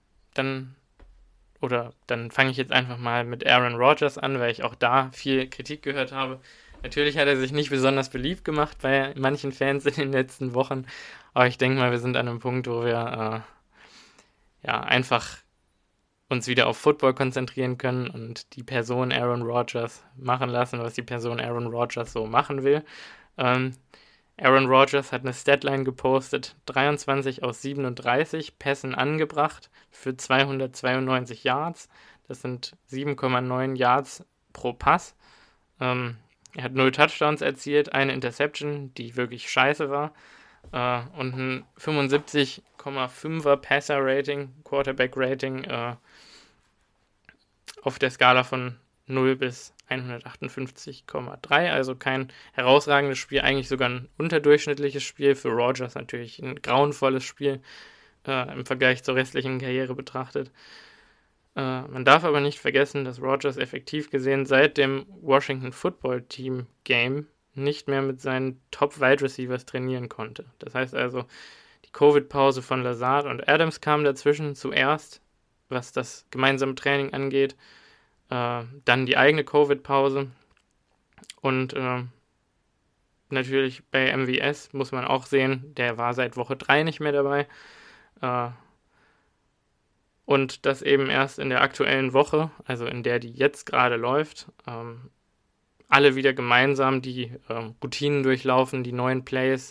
fange ich jetzt einfach mal mit Aaron Rodgers an, weil ich auch da viel Kritik gehört habe. Natürlich hat er sich nicht besonders beliebt gemacht bei manchen Fans in den letzten Wochen, aber ich denke mal, wir sind an einem Punkt, wo wir einfach uns wieder auf Football konzentrieren können und die Person Aaron Rodgers machen lassen, was die Person Aaron Rodgers so machen will. Aaron Rodgers hat eine Statline gepostet, 23 aus 37 Pässen angebracht für 292 Yards. Das sind 7,9 Yards pro Pass. Er hat 0 Touchdowns erzielt, eine Interception, die wirklich scheiße war. Und ein 75,5er Passer-Rating, Quarterback-Rating auf der Skala von 0 bis 158,3, also kein herausragendes Spiel, eigentlich sogar ein unterdurchschnittliches Spiel. Für Rodgers natürlich ein grauenvolles Spiel im Vergleich zur restlichen Karriere betrachtet. Man darf aber nicht vergessen, dass Rodgers effektiv gesehen seit dem Washington Football Team Game nicht mehr mit seinen Top-Wide Receivers trainieren konnte. Das heißt also, die Covid-Pause von Lazard und Adams kam dazwischen zuerst, was das gemeinsame Training angeht. Dann die eigene Covid-Pause und natürlich bei MVS muss man auch sehen, der war seit Woche 3 nicht mehr dabei und das eben erst in der aktuellen Woche, also in der die jetzt gerade läuft, alle wieder gemeinsam die Routinen durchlaufen, die neuen Plays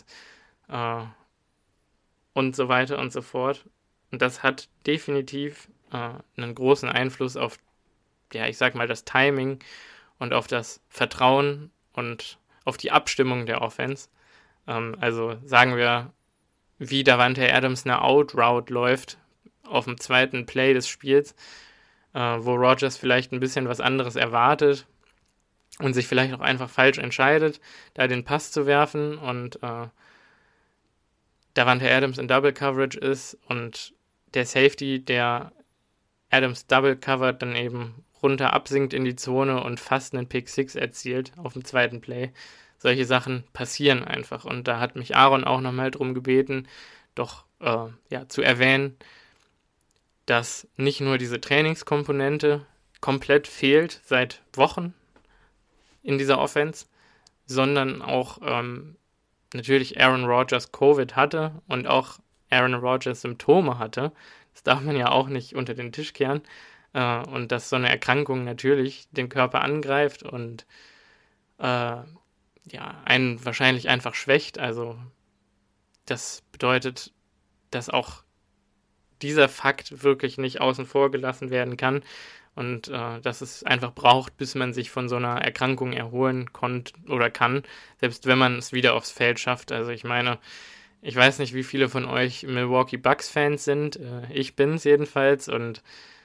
und so weiter und so fort. Und das hat definitiv einen großen Einfluss auf, ich sag mal, das Timing und auf das Vertrauen und auf die Abstimmung der Offense. Also sagen wir, wie Davante Adams eine Out-Route läuft auf dem zweiten Play des Spiels, wo Rodgers vielleicht ein bisschen was anderes erwartet und sich vielleicht auch einfach falsch entscheidet, da den Pass zu werfen und Davante Adams in Double Coverage ist und der Safety, der Adams Double covert, dann eben runter absinkt in die Zone und fast einen Pick 6 erzielt auf dem zweiten Play. Solche Sachen passieren einfach und da hat mich Aaron auch nochmal drum gebeten, doch zu erwähnen, dass nicht nur diese Trainingskomponente komplett fehlt seit Wochen in dieser Offense, sondern auch natürlich Aaron Rodgers Covid hatte und auch Aaron Rodgers Symptome hatte. Das darf man ja auch nicht unter den Tisch kehren. Und dass so eine Erkrankung natürlich den Körper angreift und einen wahrscheinlich einfach schwächt. Also das bedeutet, dass auch dieser Fakt wirklich nicht außen vor gelassen werden kann und dass es einfach braucht, bis man sich von so einer Erkrankung erholen konnte oder kann, selbst wenn man es wieder aufs Feld schafft. Also ich meine, ich weiß nicht, wie viele von euch Milwaukee Bucks-Fans sind. Ich bin's jedenfalls und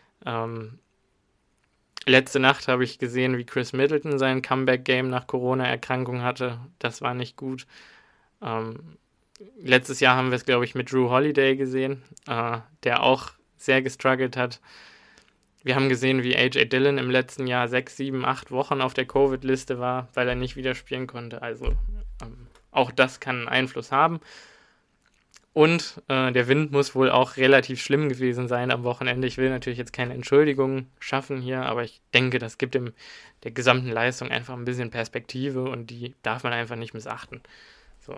letzte Nacht habe ich gesehen, wie Chris Middleton sein Comeback-Game nach Corona-Erkrankung hatte. Das war nicht gut. Letztes Jahr haben wir es, glaube ich, mit Drew Holiday gesehen, der auch sehr gestruggelt hat. Wir haben gesehen, wie A.J. Dillon im letzten Jahr 6, 7, 8 Wochen auf der Covid-Liste war, weil er nicht wieder spielen konnte. Also auch das kann einen Einfluss haben. Und der Wind muss wohl auch relativ schlimm gewesen sein am Wochenende. Ich will natürlich jetzt keine Entschuldigungen schaffen hier, aber ich denke, das gibt dem der gesamten Leistung einfach ein bisschen Perspektive und die darf man einfach nicht missachten. So.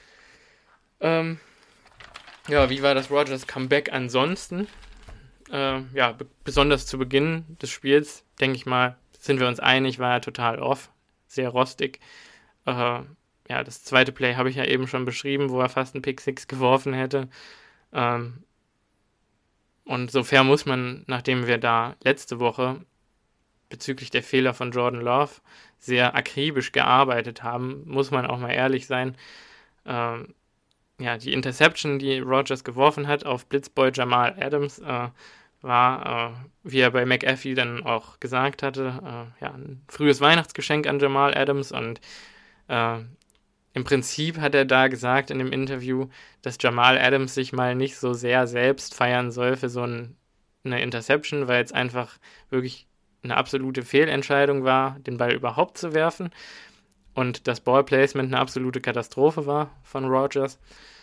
Wie war das Rodgers Comeback ansonsten? Besonders zu Beginn des Spiels, denke ich mal, sind wir uns einig, war er total off, sehr rostig. ja, das zweite Play habe ich ja eben schon beschrieben, wo er fast einen Pick 6 geworfen hätte. Und so fair muss man, nachdem wir da letzte Woche bezüglich der Fehler von Jordan Love sehr akribisch gearbeitet haben, muss man auch mal ehrlich sein. Ja, die Interception, die Rodgers geworfen hat auf Blitzboy Jamal Adams, war, wie er bei McAfee dann auch gesagt hatte, ja, ein frühes Weihnachtsgeschenk an Jamal Adams. Und im Prinzip hat er da gesagt in dem Interview, dass Jamal Adams sich mal nicht so sehr selbst feiern soll für so eine Interception, weil es einfach wirklich eine absolute Fehlentscheidung war, den Ball überhaupt zu werfen und das Ballplacement eine absolute Katastrophe war von Rodgers.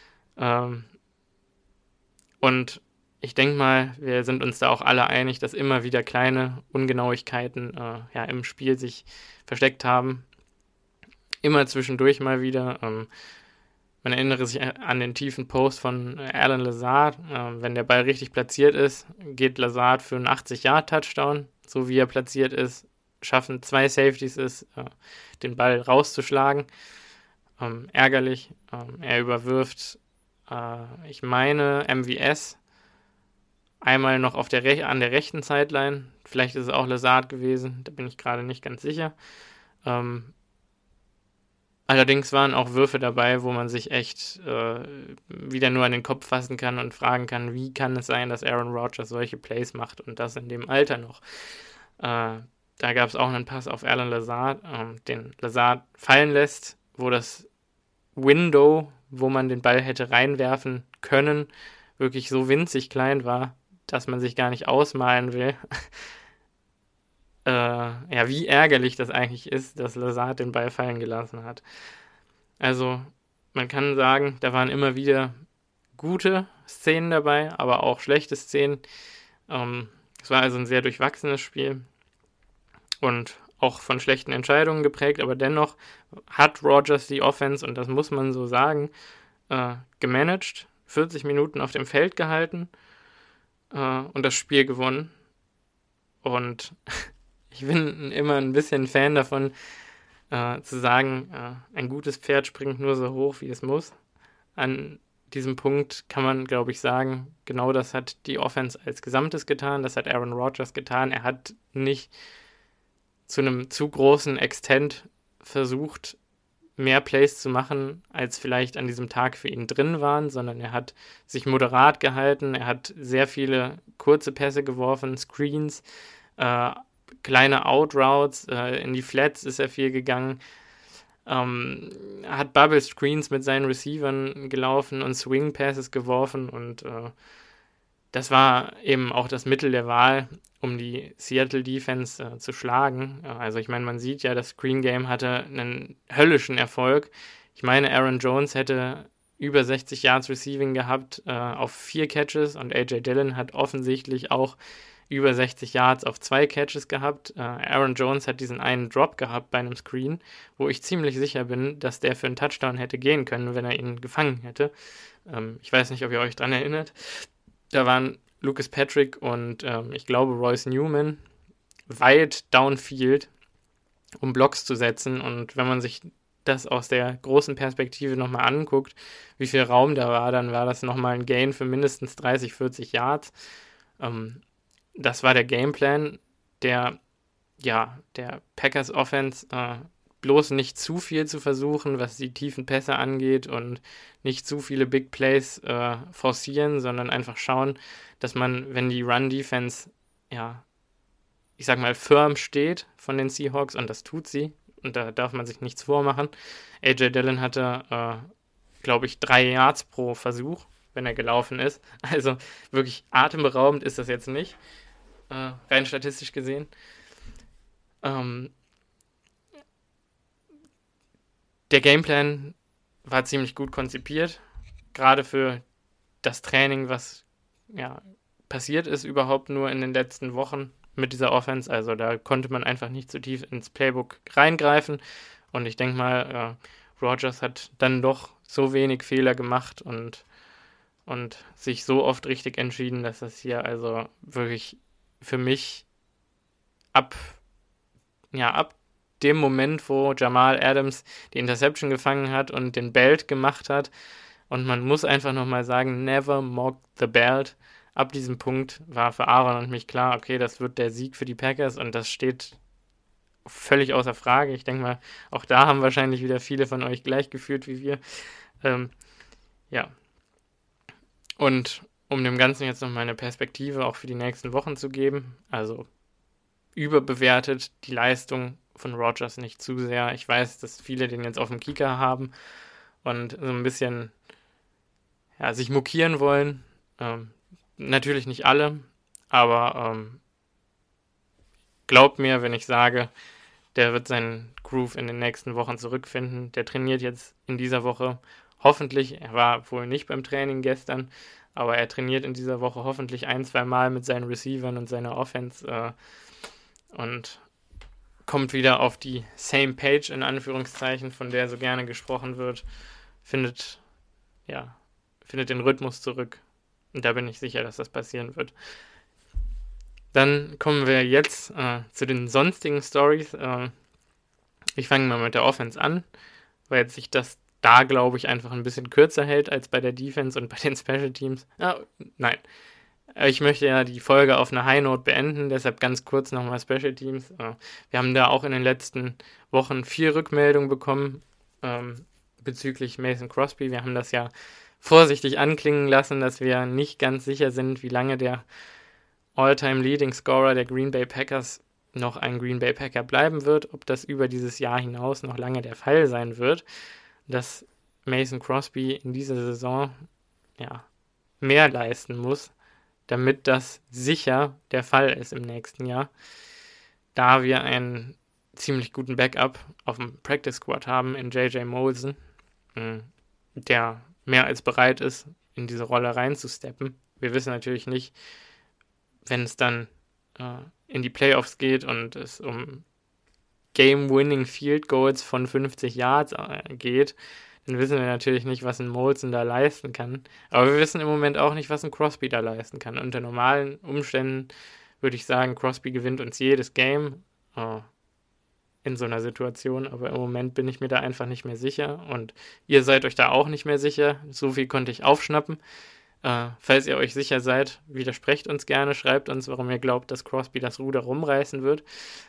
Und ich denke mal, wir sind uns da auch alle einig, dass immer wieder kleine Ungenauigkeiten ja, im Spiel sich versteckt haben. Immer zwischendurch mal wieder. Man erinnere sich an den tiefen Post von Alan Lazard. Wenn der Ball richtig platziert ist, geht Lazard für einen 80-Yard-Touchdown. So wie er platziert ist, schaffen 2 Safeties es, den Ball rauszuschlagen. Ärgerlich. Er überwirft, ich meine, MVS einmal noch an der rechten Sideline. Vielleicht ist es auch Lazard gewesen. Da bin ich gerade nicht ganz sicher. Allerdings waren auch Würfe dabei, wo man sich echt wieder nur an den Kopf fassen kann und fragen kann, wie kann es sein, dass Aaron Rodgers solche Plays macht und das in dem Alter noch. Da gab es auch einen Pass auf Alan Lazard, den Lazard fallen lässt, wo das Window, wo man den Ball hätte reinwerfen können, wirklich so winzig klein war, dass man sich gar nicht ausmalen will. Ja, wie ärgerlich das eigentlich ist, dass Lazard den Ball fallen gelassen hat. Also, man kann sagen, da waren immer wieder gute Szenen dabei, aber auch schlechte Szenen. Es war also ein sehr durchwachsenes Spiel und auch von schlechten Entscheidungen geprägt, aber dennoch hat Rodgers die Offense, und das muss man so sagen, gemanagt, 40 Minuten auf dem Feld gehalten und das Spiel gewonnen. Und ich bin immer ein bisschen Fan davon, zu sagen, ein gutes Pferd springt nur so hoch, wie es muss. An diesem Punkt kann man, glaube ich, sagen, genau das hat die Offense als Gesamtes getan, das hat Aaron Rodgers getan. Er hat nicht zu einem zu großen Extent versucht, mehr Plays zu machen, als vielleicht an diesem Tag für ihn drin waren, sondern er hat sich moderat gehalten, er hat sehr viele kurze Pässe geworfen, Screens, kleine Outroutes, in die Flats ist er viel gegangen, hat Bubble Screens mit seinen Receivern gelaufen und Swing Passes geworfen und das war eben auch das Mittel der Wahl, um die Seattle Defense zu schlagen. Also ich meine, man sieht ja, das Screen Game hatte einen höllischen Erfolg. Ich meine, Aaron Jones hätte über 60 Yards Receiving gehabt auf 4 Catches und AJ Dillon hat offensichtlich auch über 60 Yards auf 2 Catches gehabt. Aaron Jones hat diesen einen Drop gehabt bei einem Screen, wo ich ziemlich sicher bin, dass der für einen Touchdown hätte gehen können, wenn er ihn gefangen hätte. Ich weiß nicht, ob ihr euch dran erinnert. Da waren Lucas Patrick und ich glaube Royce Newman weit downfield, um Blocks zu setzen. Und wenn man sich das aus der großen Perspektive nochmal anguckt, wie viel Raum da war, dann war das nochmal ein Gain für mindestens 30, 40 Yards. Das war der Gameplan der Packers Offense, bloß nicht zu viel zu versuchen, was die tiefen Pässe angeht und nicht zu viele Big Plays forcieren, sondern einfach schauen, dass man, wenn die Run-Defense, ja, ich sag mal, firm steht von den Seahawks, und das tut sie, und da darf man sich nichts vormachen. AJ Dillon hatte, glaube ich, 3 Yards pro Versuch, wenn er gelaufen ist. Also wirklich atemberaubend ist das jetzt nicht, rein statistisch gesehen. Der Gameplan war ziemlich gut konzipiert, gerade für das Training, was ja passiert ist überhaupt nur in den letzten Wochen mit dieser Offense. Also da konnte man einfach nicht zu tief ins Playbook reingreifen. Und ich denke mal, Rodgers hat dann doch so wenig Fehler gemacht und sich so oft richtig entschieden, dass das hier also wirklich für mich ab dem Moment, wo Jamal Adams die Interception gefangen hat und den Belt gemacht hat. Und man muss einfach nochmal sagen, never mock the belt. Ab diesem Punkt war für Aaron und mich klar, okay, das wird der Sieg für die Packers und das steht völlig außer Frage. Ich denke mal, auch da haben wahrscheinlich wieder viele von euch gleich gefühlt wie wir. Ja. Und um dem Ganzen jetzt noch mal eine Perspektive auch für die nächsten Wochen zu geben, also überbewertet die Leistung von Rodgers nicht zu sehr. Ich weiß, dass viele den jetzt auf dem Kicker haben und so ein bisschen sich mokieren wollen. Natürlich nicht alle, aber glaubt mir, wenn ich sage, der wird seinen Groove in den nächsten Wochen zurückfinden. Der trainiert jetzt in dieser Woche hoffentlich, er war wohl nicht beim Training gestern, aber er trainiert in dieser Woche hoffentlich 1-2 Mal mit seinen Receivern und seiner Offense und kommt wieder auf die same page in Anführungszeichen, von der so gerne gesprochen wird, findet den Rhythmus zurück. Und da bin ich sicher, dass das passieren wird. Dann kommen wir jetzt zu den sonstigen Stories. Ich fange mal mit der Offense an, weil jetzt sich das da, glaube ich, einfach ein bisschen kürzer hält als bei der Defense und bei den Special Teams. Nein. Ich möchte ja die Folge auf einer High Note beenden, deshalb ganz kurz nochmal Special Teams. Wir haben da auch in den letzten Wochen 4 Rückmeldungen bekommen bezüglich Mason Crosby. Wir haben das ja vorsichtig anklingen lassen, dass wir nicht ganz sicher sind, wie lange der All-Time Leading Scorer der Green Bay Packers noch ein Green Bay Packer bleiben wird, ob das über dieses Jahr hinaus noch lange der Fall sein wird, dass Mason Crosby in dieser Saison mehr leisten muss, damit das sicher der Fall ist im nächsten Jahr, da wir einen ziemlich guten Backup auf dem Practice Squad haben in J.J. Molson, der mehr als bereit ist, in diese Rolle reinzusteppen. Wir wissen natürlich nicht, wenn es dann in die Playoffs geht und es um Game-Winning Field Goals von 50 Yards geht, dann wissen wir natürlich nicht, was ein Molson da leisten kann. Aber wir wissen im Moment auch nicht, was ein Crosby da leisten kann. Unter normalen Umständen würde ich sagen, Crosby gewinnt uns jedes Game in so einer Situation. Aber im Moment bin ich mir da einfach nicht mehr sicher. Und ihr seid euch da auch nicht mehr sicher. So viel konnte ich aufschnappen. Falls ihr euch sicher seid, widersprecht uns gerne. Schreibt uns, warum ihr glaubt, dass Crosby das Ruder rumreißen wird.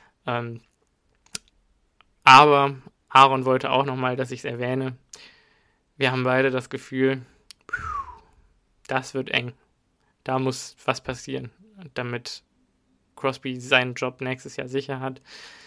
Aber Aaron wollte auch nochmal, dass ich es erwähne. Wir haben beide das Gefühl, das wird eng. Da muss was passieren, damit Crosby seinen Job nächstes Jahr sicher hat.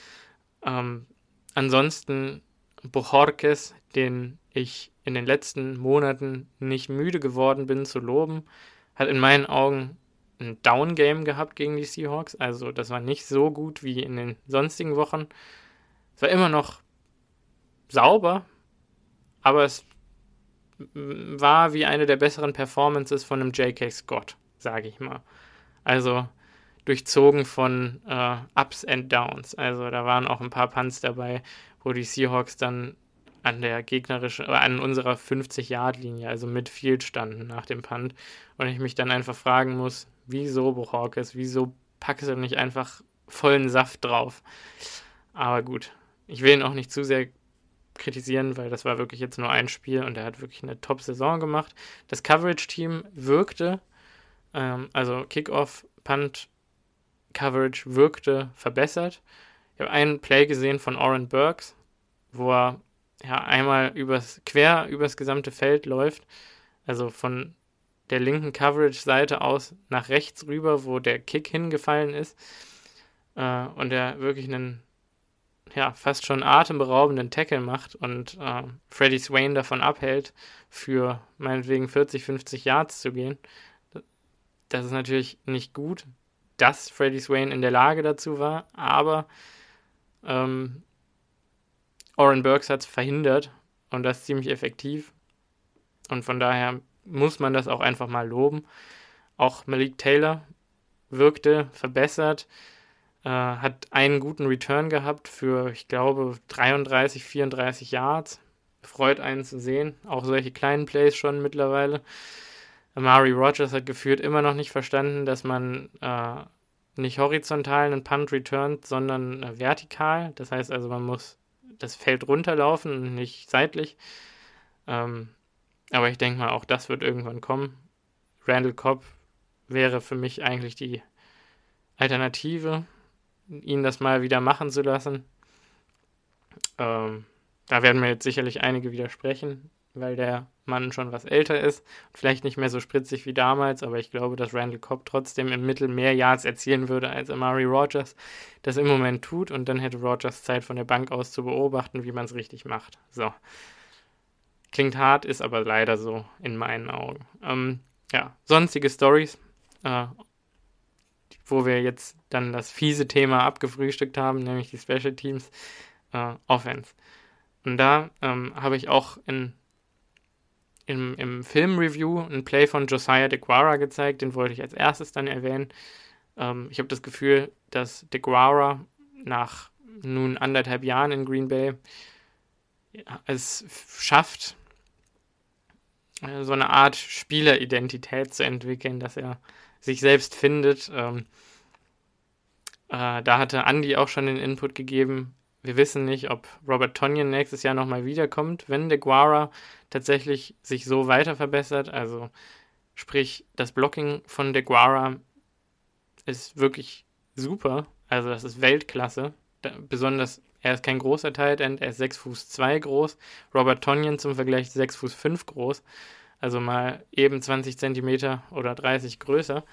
Ansonsten Bojorquez, den ich in den letzten Monaten nicht müde geworden bin zu loben, hat in meinen Augen ein Down-Game gehabt gegen die Seahawks. Also das war nicht so gut wie in den sonstigen Wochen. Es war immer noch sauber, aber es war wie eine der besseren Performances von einem J.K. Scott, sage ich mal. Also durchzogen von Ups and Downs. Also da waren auch ein paar Punts dabei, wo die Seahawks dann an unserer 50-Yard-Linie, also mit Field standen nach dem Punt. Und ich mich dann einfach fragen muss, wieso Bojorquez, wieso packst du nicht einfach vollen Saft drauf? Aber gut, ich will ihn auch nicht zu sehr kritisieren, weil das war wirklich jetzt nur ein Spiel und er hat wirklich eine Top-Saison gemacht. Das Coverage-Team wirkte, also Kickoff, Punt, Coverage wirkte verbessert. Ich habe einen Play gesehen von Oren Burks, wo er einmal quer übers gesamte Feld läuft, also von der linken Coverage-Seite aus nach rechts rüber, wo der Kick hingefallen ist und er wirklich einen fast schon atemberaubenden Tackle macht und Freddie Swain davon abhält, für meinetwegen 40, 50 Yards zu gehen. Das ist natürlich nicht gut, dass Freddie Swain in der Lage dazu war, aber Oren Burks hat es verhindert und das ziemlich effektiv. Und von daher muss man das auch einfach mal loben. Auch Malik Taylor wirkte verbessert, hat einen guten Return gehabt für, ich glaube, 33, 34 Yards. Freut einen zu sehen. Auch solche kleinen Plays schon mittlerweile. Amari Rodgers hat gefühlt immer noch nicht verstanden, dass man nicht horizontal einen Punt returnt, sondern vertikal. Das heißt also, man muss das Feld runterlaufen und nicht seitlich. Aber ich denke mal, auch das wird irgendwann kommen. Randall Cobb wäre für mich eigentlich die Alternative, ihn das mal wieder machen zu lassen. Da werden mir jetzt sicherlich einige widersprechen, weil der Mann schon was älter ist, vielleicht nicht mehr so spritzig wie damals, aber ich glaube, dass Randall Cobb trotzdem im Mittel mehr Yards erzielen würde, als Amari Rodgers das im Moment tut, und dann hätte Rodgers Zeit, von der Bank aus zu beobachten, wie man es richtig macht. So. Klingt hart, ist aber leider so in meinen Augen. Sonstige Stories, wo wir jetzt dann das fiese Thema abgefrühstückt haben, nämlich die Special Teams Offense. Und da habe ich auch im Film-Review ein Play von Josiah DeGuara gezeigt, den wollte ich als erstes dann erwähnen. Ich habe das Gefühl, dass DeGuara nach nun 1,5 Jahren in Green Bay es schafft, so eine Art Spieleridentität zu entwickeln, dass er sich selbst findet. Da hatte Andy auch schon den Input gegeben. Wir wissen nicht, ob Robert Tonyan nächstes Jahr nochmal wiederkommt, wenn DeGuara tatsächlich sich so weiter verbessert. Also sprich, das Blocking von DeGuara ist wirklich super. Also das ist Weltklasse. Besonders, er ist kein großer Tight End, er ist 6'2" groß. Robert Tonyan zum Vergleich 6'5" groß. Also mal eben 20 Zentimeter oder 30 größer.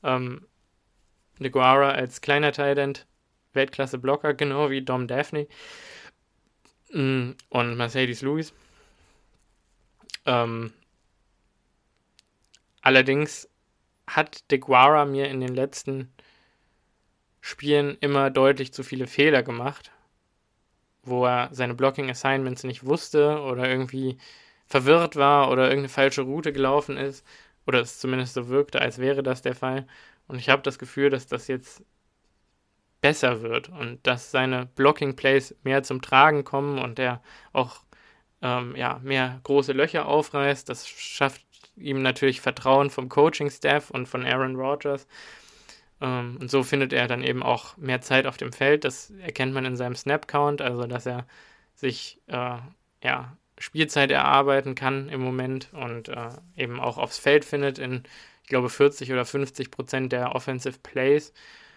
DeGuara als kleiner Tight End, Weltklasse-Blocker, genau wie Dom Daphne und Mercedes Lewis. Allerdings hat DeGuara mir in den letzten Spielen immer deutlich zu viele Fehler gemacht, wo er seine Blocking-Assignments nicht wusste oder irgendwie verwirrt war oder irgendeine falsche Route gelaufen ist, oder es zumindest so wirkte, als wäre das der Fall. Und ich habe das Gefühl, dass das jetzt besser wird und dass seine Blocking-Plays mehr zum Tragen kommen und er auch mehr große Löcher aufreißt. Das schafft ihm natürlich Vertrauen vom Coaching-Staff und von Aaron Rodgers. Und so findet er dann eben auch mehr Zeit auf dem Feld. Das erkennt man in seinem Snap-Count, also dass er sich Spielzeit erarbeiten kann im Moment und eben auch aufs Feld findet in, ich glaube, 40 oder 50% der Offensive Plays.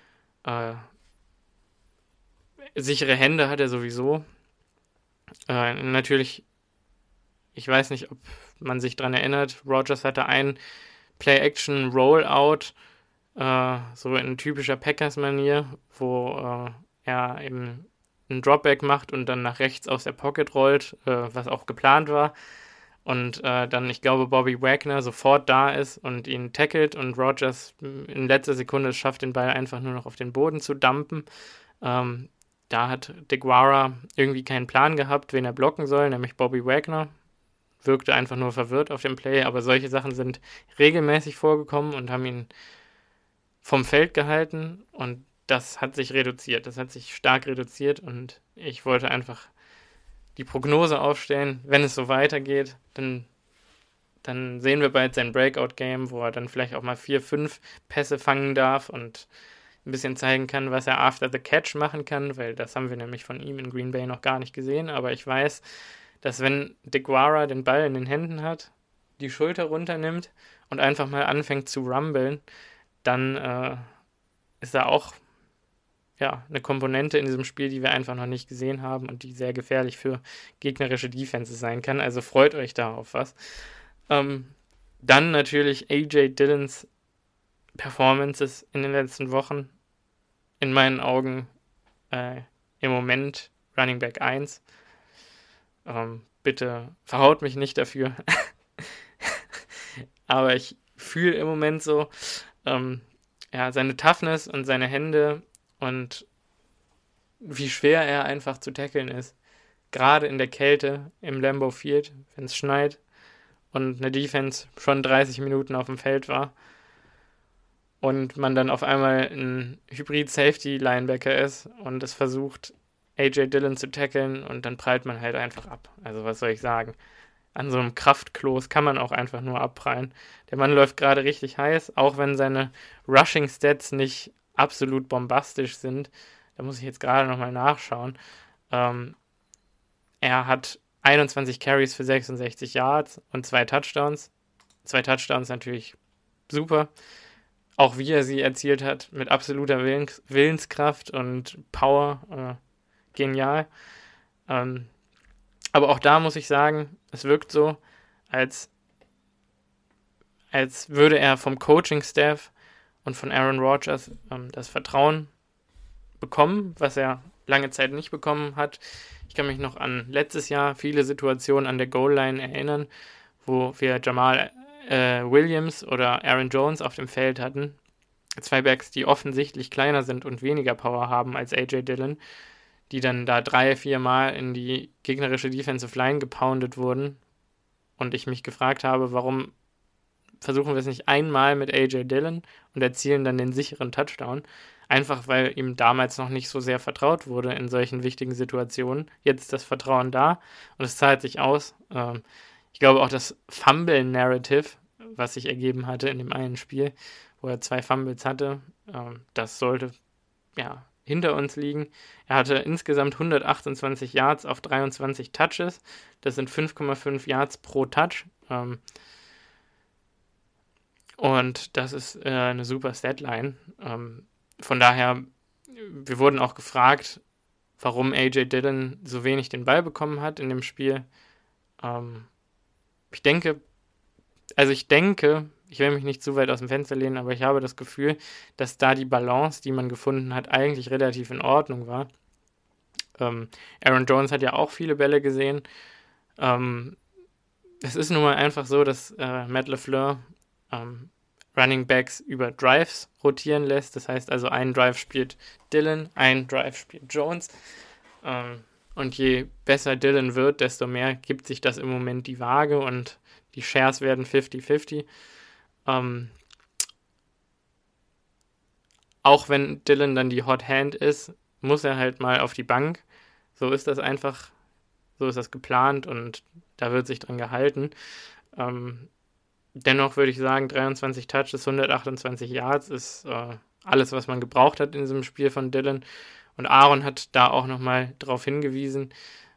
Sichere Hände hat er sowieso. Natürlich, ich weiß nicht, ob man sich dran erinnert, Rodgers hatte ein Play-Action-Rollout, so in typischer Packers-Manier, wo er eben einen Dropback macht und dann nach rechts aus der Pocket rollt, was auch geplant war. Und dann, ich glaube, Bobby Wagner sofort da ist und ihn tackelt und Rodgers in letzter Sekunde schafft, den Ball einfach nur noch auf den Boden zu dumpen. Da hat DeGuara irgendwie keinen Plan gehabt, wen er blocken soll, nämlich Bobby Wagner. Wirkte einfach nur verwirrt auf dem Play, aber solche Sachen sind regelmäßig vorgekommen und haben ihn vom Feld gehalten, und das hat sich reduziert. Das hat sich stark reduziert, und ich wollte einfach die Prognose aufstellen, wenn es so weitergeht, dann sehen wir bald sein Breakout-Game, wo er dann vielleicht auch mal 4-5 Pässe fangen darf und ein bisschen zeigen kann, was er after the catch machen kann, weil das haben wir nämlich von ihm in Green Bay noch gar nicht gesehen, aber ich weiß, dass wenn DeGuara den Ball in den Händen hat, die Schulter runternimmt und einfach mal anfängt zu rumblen, dann ist da auch eine Komponente in diesem Spiel, die wir einfach noch nicht gesehen haben und die sehr gefährlich für gegnerische Defenses sein kann. Also freut euch da auf was. Dann natürlich AJ Dillons Performances in den letzten Wochen. In meinen Augen im Moment Running Back 1. Bitte verhaut mich nicht dafür. Aber ich fühle im Moment so seine Toughness und seine Hände und wie schwer er einfach zu tackeln ist. Gerade in der Kälte im Lambeau Field, wenn es schneit und eine Defense schon 30 Minuten auf dem Feld war und man dann auf einmal ein Hybrid-Safety-Linebacker ist und es versucht, AJ Dillon zu tackeln, und dann prallt man halt einfach ab. Also was soll ich sagen? An so einem Kraftkloß kann man auch einfach nur abprallen. Der Mann läuft gerade richtig heiß, auch wenn seine Rushing-Stats nicht absolut bombastisch sind. Da muss ich jetzt gerade nochmal nachschauen. Er hat 21 Carries für 66 Yards und 2 Touchdowns. 2 Touchdowns natürlich super. Auch wie er sie erzielt hat, mit absoluter Willenskraft und Power, genial. Aber auch da muss ich sagen, es wirkt so, als würde er vom Coaching-Staff und von Aaron Rodgers das Vertrauen bekommen, was er lange Zeit nicht bekommen hat. Ich kann mich noch an letztes Jahr viele Situationen an der Goal-Line erinnern, wo wir Jamal Williams oder Aaron Jones auf dem Feld hatten. 2 Backs, die offensichtlich kleiner sind und weniger Power haben als A.J. Dillon, die dann da 3-4 Mal in die gegnerische Defensive Line gepoundet wurden. Und ich mich gefragt habe, warum versuchen wir es nicht einmal mit A.J. Dillon und erzielen dann den sicheren Touchdown. Einfach, weil ihm damals noch nicht so sehr vertraut wurde in solchen wichtigen Situationen. Jetzt ist das Vertrauen da und es zahlt sich aus. Ich glaube auch das Fumble-Narrative, was sich ergeben hatte in dem einen Spiel, wo er 2 Fumbles hatte, das sollte hinter uns liegen. Er hatte insgesamt 128 Yards auf 23 Touches. Das sind 5,5 Yards pro Touch. Und das ist eine super Statline. Von daher, wir wurden auch gefragt, warum A.J. Dillon so wenig den Ball bekommen hat in dem Spiel. Ich denke, ich will mich nicht zu weit aus dem Fenster lehnen, aber ich habe das Gefühl, dass da die Balance, die man gefunden hat, eigentlich relativ in Ordnung war. Aaron Jones hat ja auch viele Bälle gesehen. Es ist nun mal einfach so, dass Matt LaFleur Running Backs über Drives rotieren lässt. Das heißt also, einen Drive spielt Dillon, einen Drive spielt Jones. Und je besser Dillon wird, desto mehr gibt sich das im Moment die Waage und die Shares werden 50-50. Auch wenn Dillon dann die Hot Hand ist, muss er halt mal auf die Bank. So ist das einfach, so ist das geplant und da wird sich dran gehalten. Dennoch würde ich sagen, 23 Touches, 128 Yards ist alles, was man gebraucht hat in diesem Spiel von Dillon. Und Aaron hat da auch nochmal darauf hingewiesen,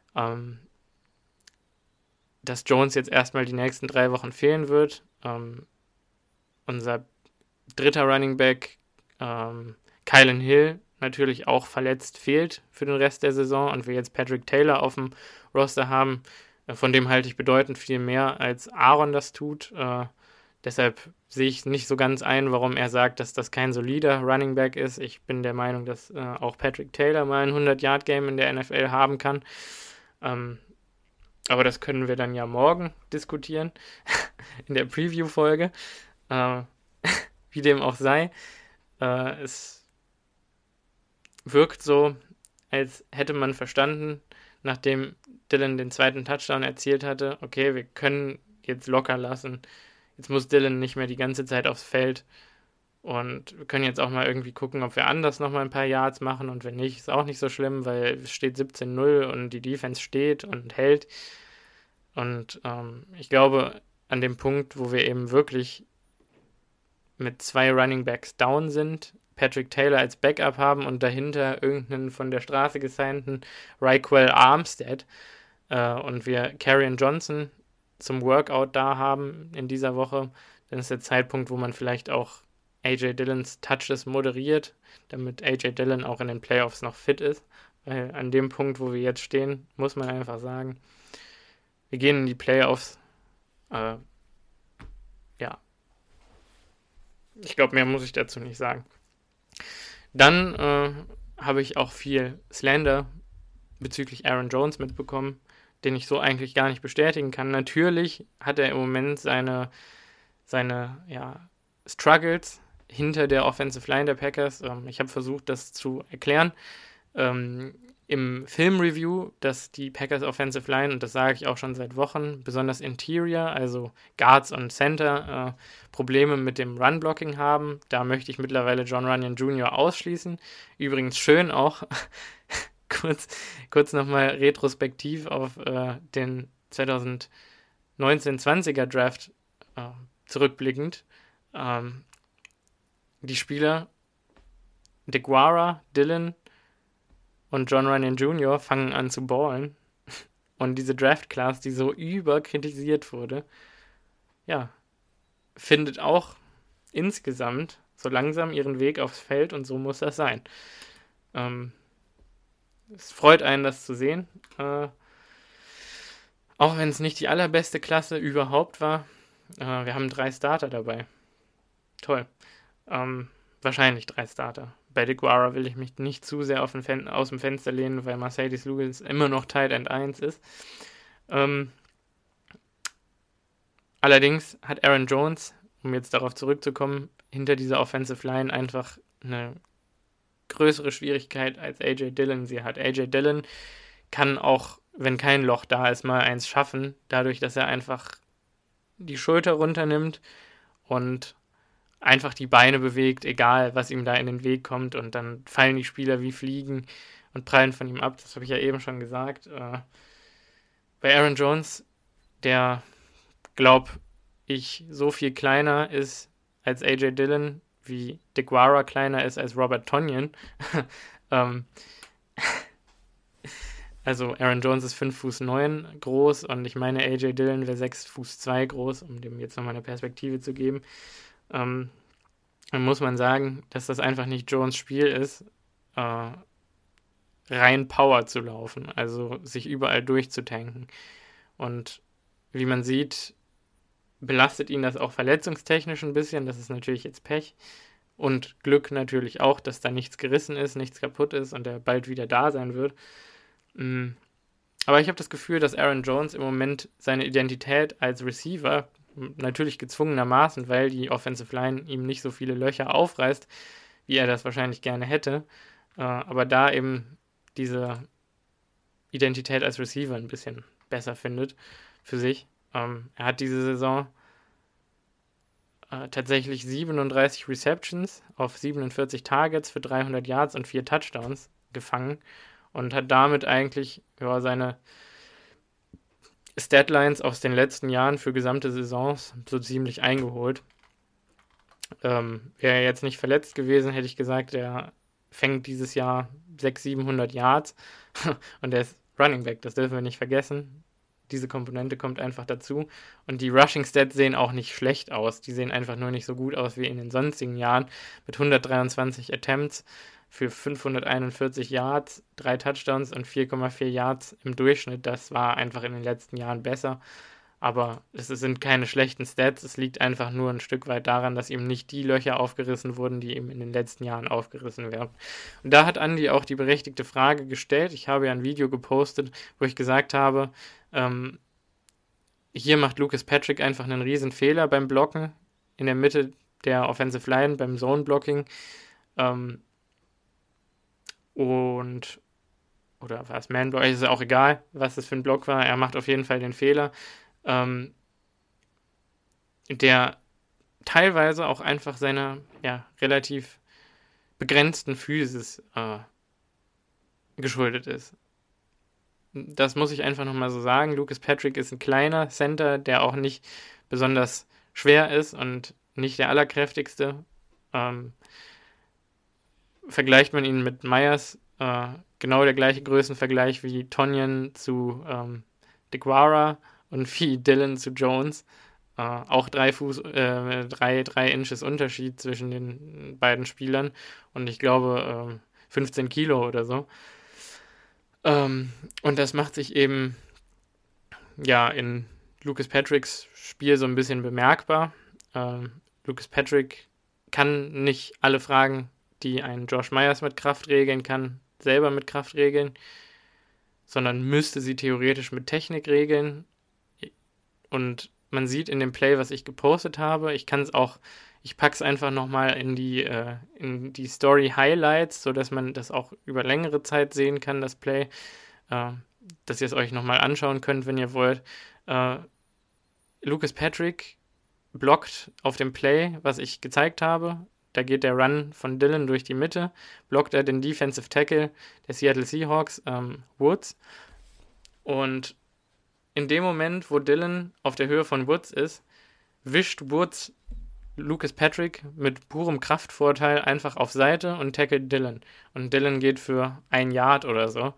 dass Jones jetzt erstmal die nächsten 3 Wochen fehlen wird. Unser dritter Running Back, Kylan Hill, natürlich auch verletzt, fehlt für den Rest der Saison und wir jetzt Patrick Taylor auf dem Roster haben. Von dem halte ich bedeutend viel mehr, als Aaron das tut. Deshalb sehe ich nicht so ganz ein, warum er sagt, dass das kein solider Running Back ist. Ich bin der Meinung, dass auch Patrick Taylor mal ein 100-Yard-Game in der NFL haben kann. Aber das können wir dann ja morgen diskutieren, in der Preview-Folge. Wie dem auch sei. Es wirkt so, als hätte man verstanden, nachdem Dillon den zweiten Touchdown erzielt hatte, okay, wir können jetzt locker lassen. Jetzt muss Dillon nicht mehr die ganze Zeit aufs Feld. Und wir können jetzt auch mal irgendwie gucken, ob wir anders nochmal ein paar Yards machen. Und wenn nicht, ist auch nicht so schlimm, weil es steht 17-0 und die Defense steht und hält. Und ich glaube, an dem Punkt, wo wir eben wirklich mit 2 Running Backs down sind, Patrick Taylor als Backup haben und dahinter irgendeinen von der Straße gesignten Raquel Armstead und wir Kerryon Johnson zum Workout da haben in dieser Woche, dann ist der Zeitpunkt, wo man vielleicht auch A.J. Dillons Touches moderiert, damit A.J. Dillon auch in den Playoffs noch fit ist. Weil an dem Punkt, wo wir jetzt stehen, muss man einfach sagen, wir gehen in die Playoffs. Ich glaube, mehr muss ich dazu nicht sagen. Dann habe ich auch viel Slander bezüglich Aaron Jones mitbekommen, den ich so eigentlich gar nicht bestätigen kann. Natürlich hat er im Moment seine Struggles hinter der Offensive Line der Packers. Ich habe versucht, das zu erklären. Im Film-Review, dass die Packers Offensive Line, und das sage ich auch schon seit Wochen, besonders Interior, also Guards und Center, Probleme mit dem Run-Blocking haben. Da möchte ich mittlerweile John Runyan Jr. ausschließen. Übrigens schön auch, kurz nochmal retrospektiv auf den 2019-20er Draft zurückblickend. Die Spieler DeGuara, Dillon und John Runyon Jr. fangen an zu ballen. Und diese Draft-Class, die so überkritisiert wurde, ja, findet auch insgesamt so langsam ihren Weg aufs Feld und so muss das sein. Es freut einen, das zu sehen. Auch wenn es nicht die allerbeste Klasse überhaupt war. Wir haben 3 Starter dabei. Toll. Wahrscheinlich 3 Starter. Bei DeGuara will ich mich nicht zu sehr aus dem Fenster lehnen, weil Marcedes Lewis immer noch Tight End 1 ist. Allerdings hat Aaron Jones, um jetzt darauf zurückzukommen, hinter dieser Offensive Line einfach eine größere Schwierigkeit als A.J. Dillon sie hat. A.J. Dillon kann auch, wenn kein Loch da ist, mal eins schaffen, dadurch, dass er einfach die Schulter runternimmt und einfach die Beine bewegt, egal was ihm da in den Weg kommt, und dann fallen die Spieler wie Fliegen und prallen von ihm ab. Das habe ich ja eben schon gesagt. Bei Aaron Jones, der, glaube ich, so viel kleiner ist als A.J. Dillon, wie DeGuara kleiner ist als Robert Tonyan. Also Aaron Jones ist 5'9" groß und ich meine A.J. Dillon wäre 6'2" groß, um dem jetzt nochmal eine Perspektive zu geben. Dann muss man sagen, dass das einfach nicht Jones Spiel ist, rein Power zu laufen, also sich überall durchzutanken. Und wie man sieht, belastet ihn das auch verletzungstechnisch ein bisschen. Das ist natürlich jetzt Pech und Glück natürlich auch, dass da nichts gerissen ist, nichts kaputt ist und er bald wieder da sein wird. Aber ich habe das Gefühl, dass Aaron Jones im Moment seine Identität als Receiver, natürlich gezwungenermaßen, weil die Offensive Line ihm nicht so viele Löcher aufreißt, wie er das wahrscheinlich gerne hätte, aber da eben diese Identität als Receiver ein bisschen besser findet für sich. Er hat diese Saison tatsächlich 37 Receptions auf 47 Targets für 300 Yards und 4 Touchdowns gefangen und hat damit eigentlich seine Statlines aus den letzten Jahren für gesamte Saisons so ziemlich eingeholt. Wäre er jetzt nicht verletzt gewesen, hätte ich gesagt, er fängt dieses Jahr 600-700 Yards und er ist Running Back, das dürfen wir nicht vergessen. Diese Komponente kommt einfach dazu. Und die Rushing Stats sehen auch nicht schlecht aus. Die sehen einfach nur nicht so gut aus wie in den sonstigen Jahren. Mit 123 Attempts für 541 Yards, 3 Touchdowns und 4,4 Yards im Durchschnitt. Das war einfach in den letzten Jahren besser. Aber es sind keine schlechten Stats. Es liegt einfach nur ein Stück weit daran, dass ihm nicht die Löcher aufgerissen wurden, die ihm in den letzten Jahren aufgerissen werden. Und da hat Andi auch die berechtigte Frage gestellt. Ich habe ja ein Video gepostet, wo ich gesagt habe, hier macht Lucas Patrick einfach einen riesen Fehler beim Blocken in der Mitte der Offensive Line, beim Zone-Blocking. Oder war es Man-Block? Ist ja auch egal, was das für ein Block war. Er macht auf jeden Fall den Fehler, der teilweise auch einfach seiner relativ begrenzten Physis geschuldet ist. Das muss ich einfach nochmal so sagen. Lucas Patrick ist ein kleiner Center, der auch nicht besonders schwer ist und nicht der allerkräftigste. Vergleicht man ihn mit Myers, genau der gleiche Größenvergleich wie Tonyan zu DeGuara und wie Dillon zu Jones. Auch 3 Inches Unterschied zwischen den beiden Spielern und ich glaube 15 Kilo oder so. Und das macht sich eben in Lucas Patricks Spiel so ein bisschen bemerkbar. Lucas Patrick kann nicht alle Fragen, die ein Josh Myers mit Kraft regeln kann, selber mit Kraft regeln, sondern müsste sie theoretisch mit Technik regeln. Und man sieht in dem Play, was ich gepostet habe, ich packe es einfach nochmal in die Story Highlights, sodass man das auch über längere Zeit sehen kann, das Play, dass ihr es euch nochmal anschauen könnt, wenn ihr wollt. Lucas Patrick blockt auf dem Play, was ich gezeigt habe. Da geht der Run von Dillon durch die Mitte, blockt er den Defensive Tackle der Seattle Seahawks, Woods. Und in dem Moment, wo Dillon auf der Höhe von Woods ist, wischt Woods Lucas Patrick mit purem Kraftvorteil einfach auf Seite und tackelt Dylan. Und Dylan geht für 1 Yard oder so.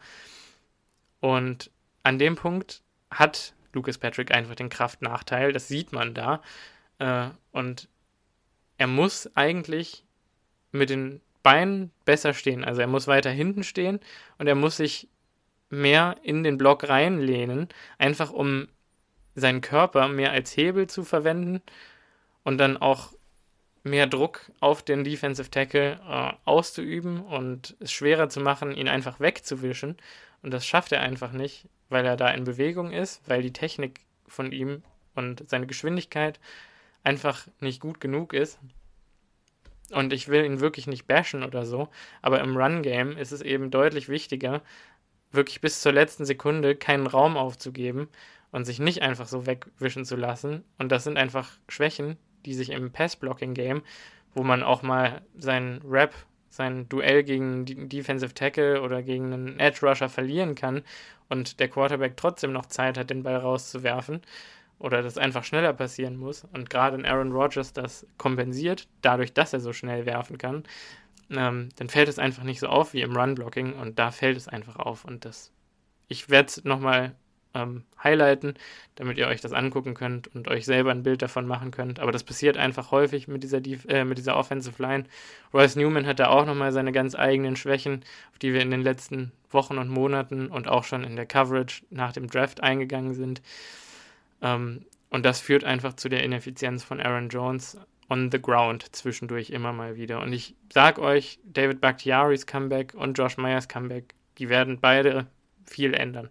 Und an dem Punkt hat Lucas Patrick einfach den Kraftnachteil, das sieht man da. Und er muss eigentlich mit den Beinen besser stehen. Also er muss weiter hinten stehen und er muss sich mehr in den Block reinlehnen, einfach um seinen Körper mehr als Hebel zu verwenden und dann auch mehr Druck auf den Defensive Tackle auszuüben und es schwerer zu machen, ihn einfach wegzuwischen. Und das schafft er einfach nicht, weil er da in Bewegung ist, weil die Technik von ihm und seine Geschwindigkeit einfach nicht gut genug ist. Und ich will ihn wirklich nicht bashen oder so, aber im Run-Game ist es eben deutlich wichtiger, wirklich bis zur letzten Sekunde keinen Raum aufzugeben und sich nicht einfach so wegwischen zu lassen. Und das sind einfach Schwächen, die sich im Pass-Blocking-Game, wo man auch mal seinen Rap, sein Duell gegen einen Defensive Tackle oder gegen einen Edge-Rusher verlieren kann und der Quarterback trotzdem noch Zeit hat, den Ball rauszuwerfen oder das einfach schneller passieren muss und gerade in Aaron Rodgers das kompensiert, dadurch, dass er so schnell werfen kann, dann fällt es einfach nicht so auf wie im Run-Blocking und da fällt es einfach auf und ich werde es nochmal highlighten, damit ihr euch das angucken könnt und euch selber ein Bild davon machen könnt. Aber das passiert einfach häufig mit dieser Offensive Line. Royce Newman hat da auch nochmal seine ganz eigenen Schwächen, auf die wir in den letzten Wochen und Monaten und auch schon in der Coverage nach dem Draft eingegangen sind. Und das führt einfach zu der Ineffizienz von Aaron Jones on the ground zwischendurch immer mal wieder. Und ich sag euch, David Bakhtiaris Comeback und Josh Myers Comeback, die werden beide viel ändern.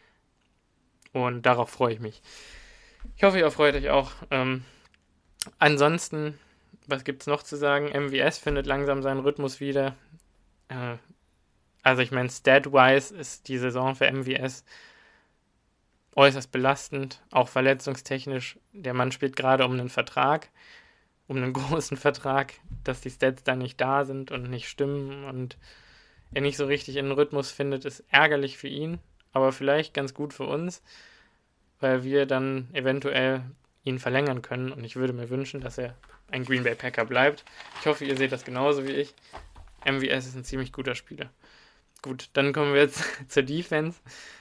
Und darauf freue ich mich. Ich hoffe, ihr freut euch auch. Ansonsten, was gibt es noch zu sagen? MVS findet langsam seinen Rhythmus wieder. Also ich meine, stat-wise ist die Saison für MVS äußerst belastend, auch verletzungstechnisch. Der Mann spielt gerade um einen Vertrag, um einen großen Vertrag, dass die Stats da nicht da sind und nicht stimmen und er nicht so richtig in den Rhythmus findet, ist ärgerlich für ihn. Aber vielleicht ganz gut für uns, weil wir dann eventuell ihn verlängern können. Und ich würde mir wünschen, dass er ein Green Bay Packer bleibt. Ich hoffe, ihr seht das genauso wie ich. MVS ist ein ziemlich guter Spieler. Gut, dann kommen wir jetzt zur Defense.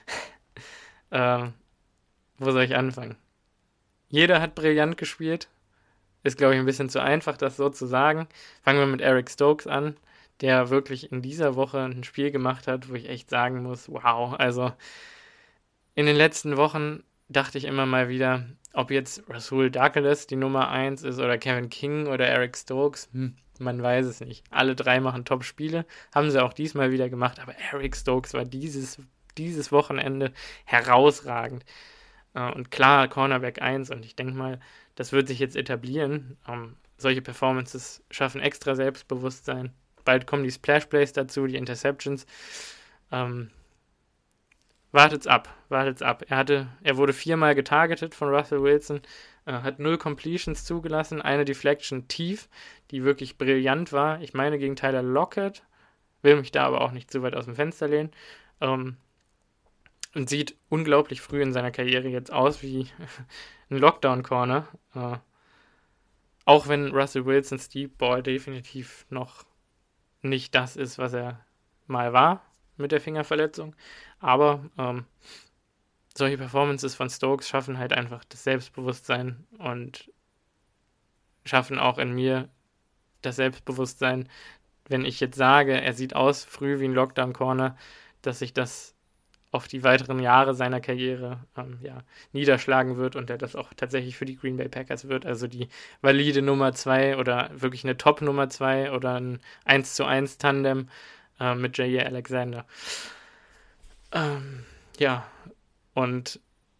Wo soll ich anfangen? Jeder hat brillant gespielt. Ist, glaube ich, ein bisschen zu einfach, das so zu sagen. Fangen wir mit Eric Stokes an, der wirklich in dieser Woche ein Spiel gemacht hat, wo ich echt sagen muss, wow, also in den letzten Wochen dachte ich immer mal wieder, ob jetzt Rasul Douglas die Nummer 1 ist oder Kevin King oder Eric Stokes, man weiß es nicht. Alle drei machen Top-Spiele, haben sie auch diesmal wieder gemacht, aber Eric Stokes war dieses Wochenende herausragend. Und klar, Cornerback 1 und ich denke mal, das wird sich jetzt etablieren. Solche Performances schaffen extra Selbstbewusstsein. Bald kommen die Splash-Plays dazu, die Interceptions. Wartet's ab. Er wurde 4-mal getargetet von Russell Wilson, hat 0 Completions zugelassen, eine Deflection tief, die wirklich brillant war. Ich meine gegen Tyler Lockett, will mich da aber auch nicht zu weit aus dem Fenster lehnen. Und sieht unglaublich früh in seiner Karriere jetzt aus wie ein Lockdown-Corner. Auch wenn Russell Wilsons Deep Ball definitiv noch nicht das ist, was er mal war mit der Fingerverletzung. Aber solche Performances von Stokes schaffen halt einfach das Selbstbewusstsein und schaffen auch in mir das Selbstbewusstsein, wenn ich jetzt sage, er sieht aus früh wie ein Lockdown-Corner, dass sich das auf die weiteren Jahre seiner Karriere niederschlagen wird und er das auch tatsächlich für die Green Bay Packers wird, also die valide Nummer 2 oder wirklich eine Top Nummer 2 oder ein 1:1 Tandem mit Jair Alexander. Und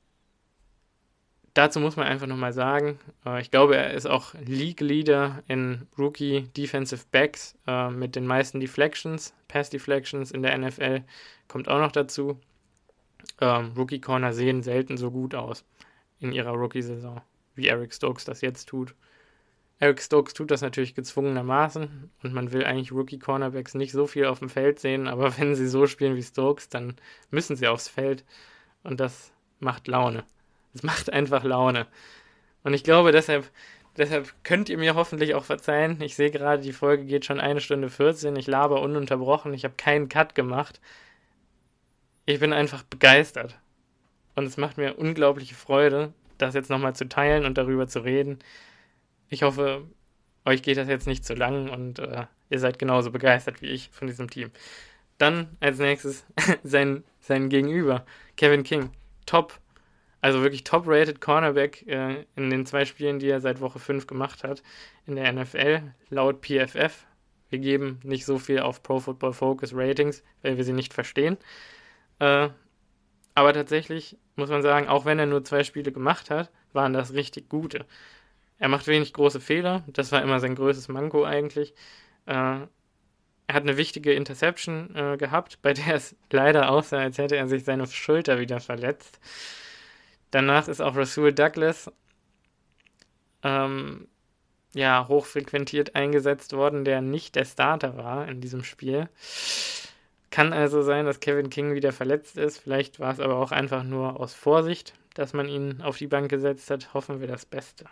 dazu muss man einfach nochmal sagen, ich glaube, er ist auch League Leader in Rookie Defensive Backs mit den meisten Deflections, Pass Deflections in der NFL, kommt auch noch dazu. Rookie Corner sehen selten so gut aus in ihrer Rookie-Saison, wie Eric Stokes das jetzt tut. Eric Stokes tut das natürlich gezwungenermaßen und man will eigentlich Rookie-Cornerbacks nicht so viel auf dem Feld sehen, aber wenn sie so spielen wie Stokes, dann müssen sie aufs Feld und das macht Laune. Es macht einfach Laune. Und ich glaube deshalb, Deshalb könnt ihr mir hoffentlich auch verzeihen. Ich sehe gerade, die Folge geht schon 1 Stunde 14. Ich laber ununterbrochen. Ich habe keinen Cut gemacht. Ich bin einfach begeistert. Und es macht mir unglaubliche Freude, das jetzt nochmal zu teilen und darüber zu reden. Ich hoffe, euch geht das jetzt nicht zu lang und ihr seid genauso begeistert wie ich von diesem Team. Dann als nächstes sein Gegenüber, Kevin King. Top, also wirklich top-rated Cornerback in den 2 Spielen, die er seit Woche 5 gemacht hat in der NFL, laut PFF. Wir geben nicht so viel auf Pro Football Focus Ratings, weil wir sie nicht verstehen. Aber tatsächlich muss man sagen, auch wenn er nur 2 Spiele gemacht hat, waren das richtig gute. Er macht wenig große Fehler, das war immer sein größtes Manko eigentlich. Er hat eine wichtige Interception gehabt, bei der es leider aussah, als hätte er sich seine Schulter wieder verletzt. Danach ist auch Rasul Douglas hochfrequentiert eingesetzt worden, der nicht der Starter war in diesem Spiel. Kann also sein, dass Kevin King wieder verletzt ist. Vielleicht war es aber auch einfach nur aus Vorsicht, dass man ihn auf die Bank gesetzt hat. Hoffen wir das Beste.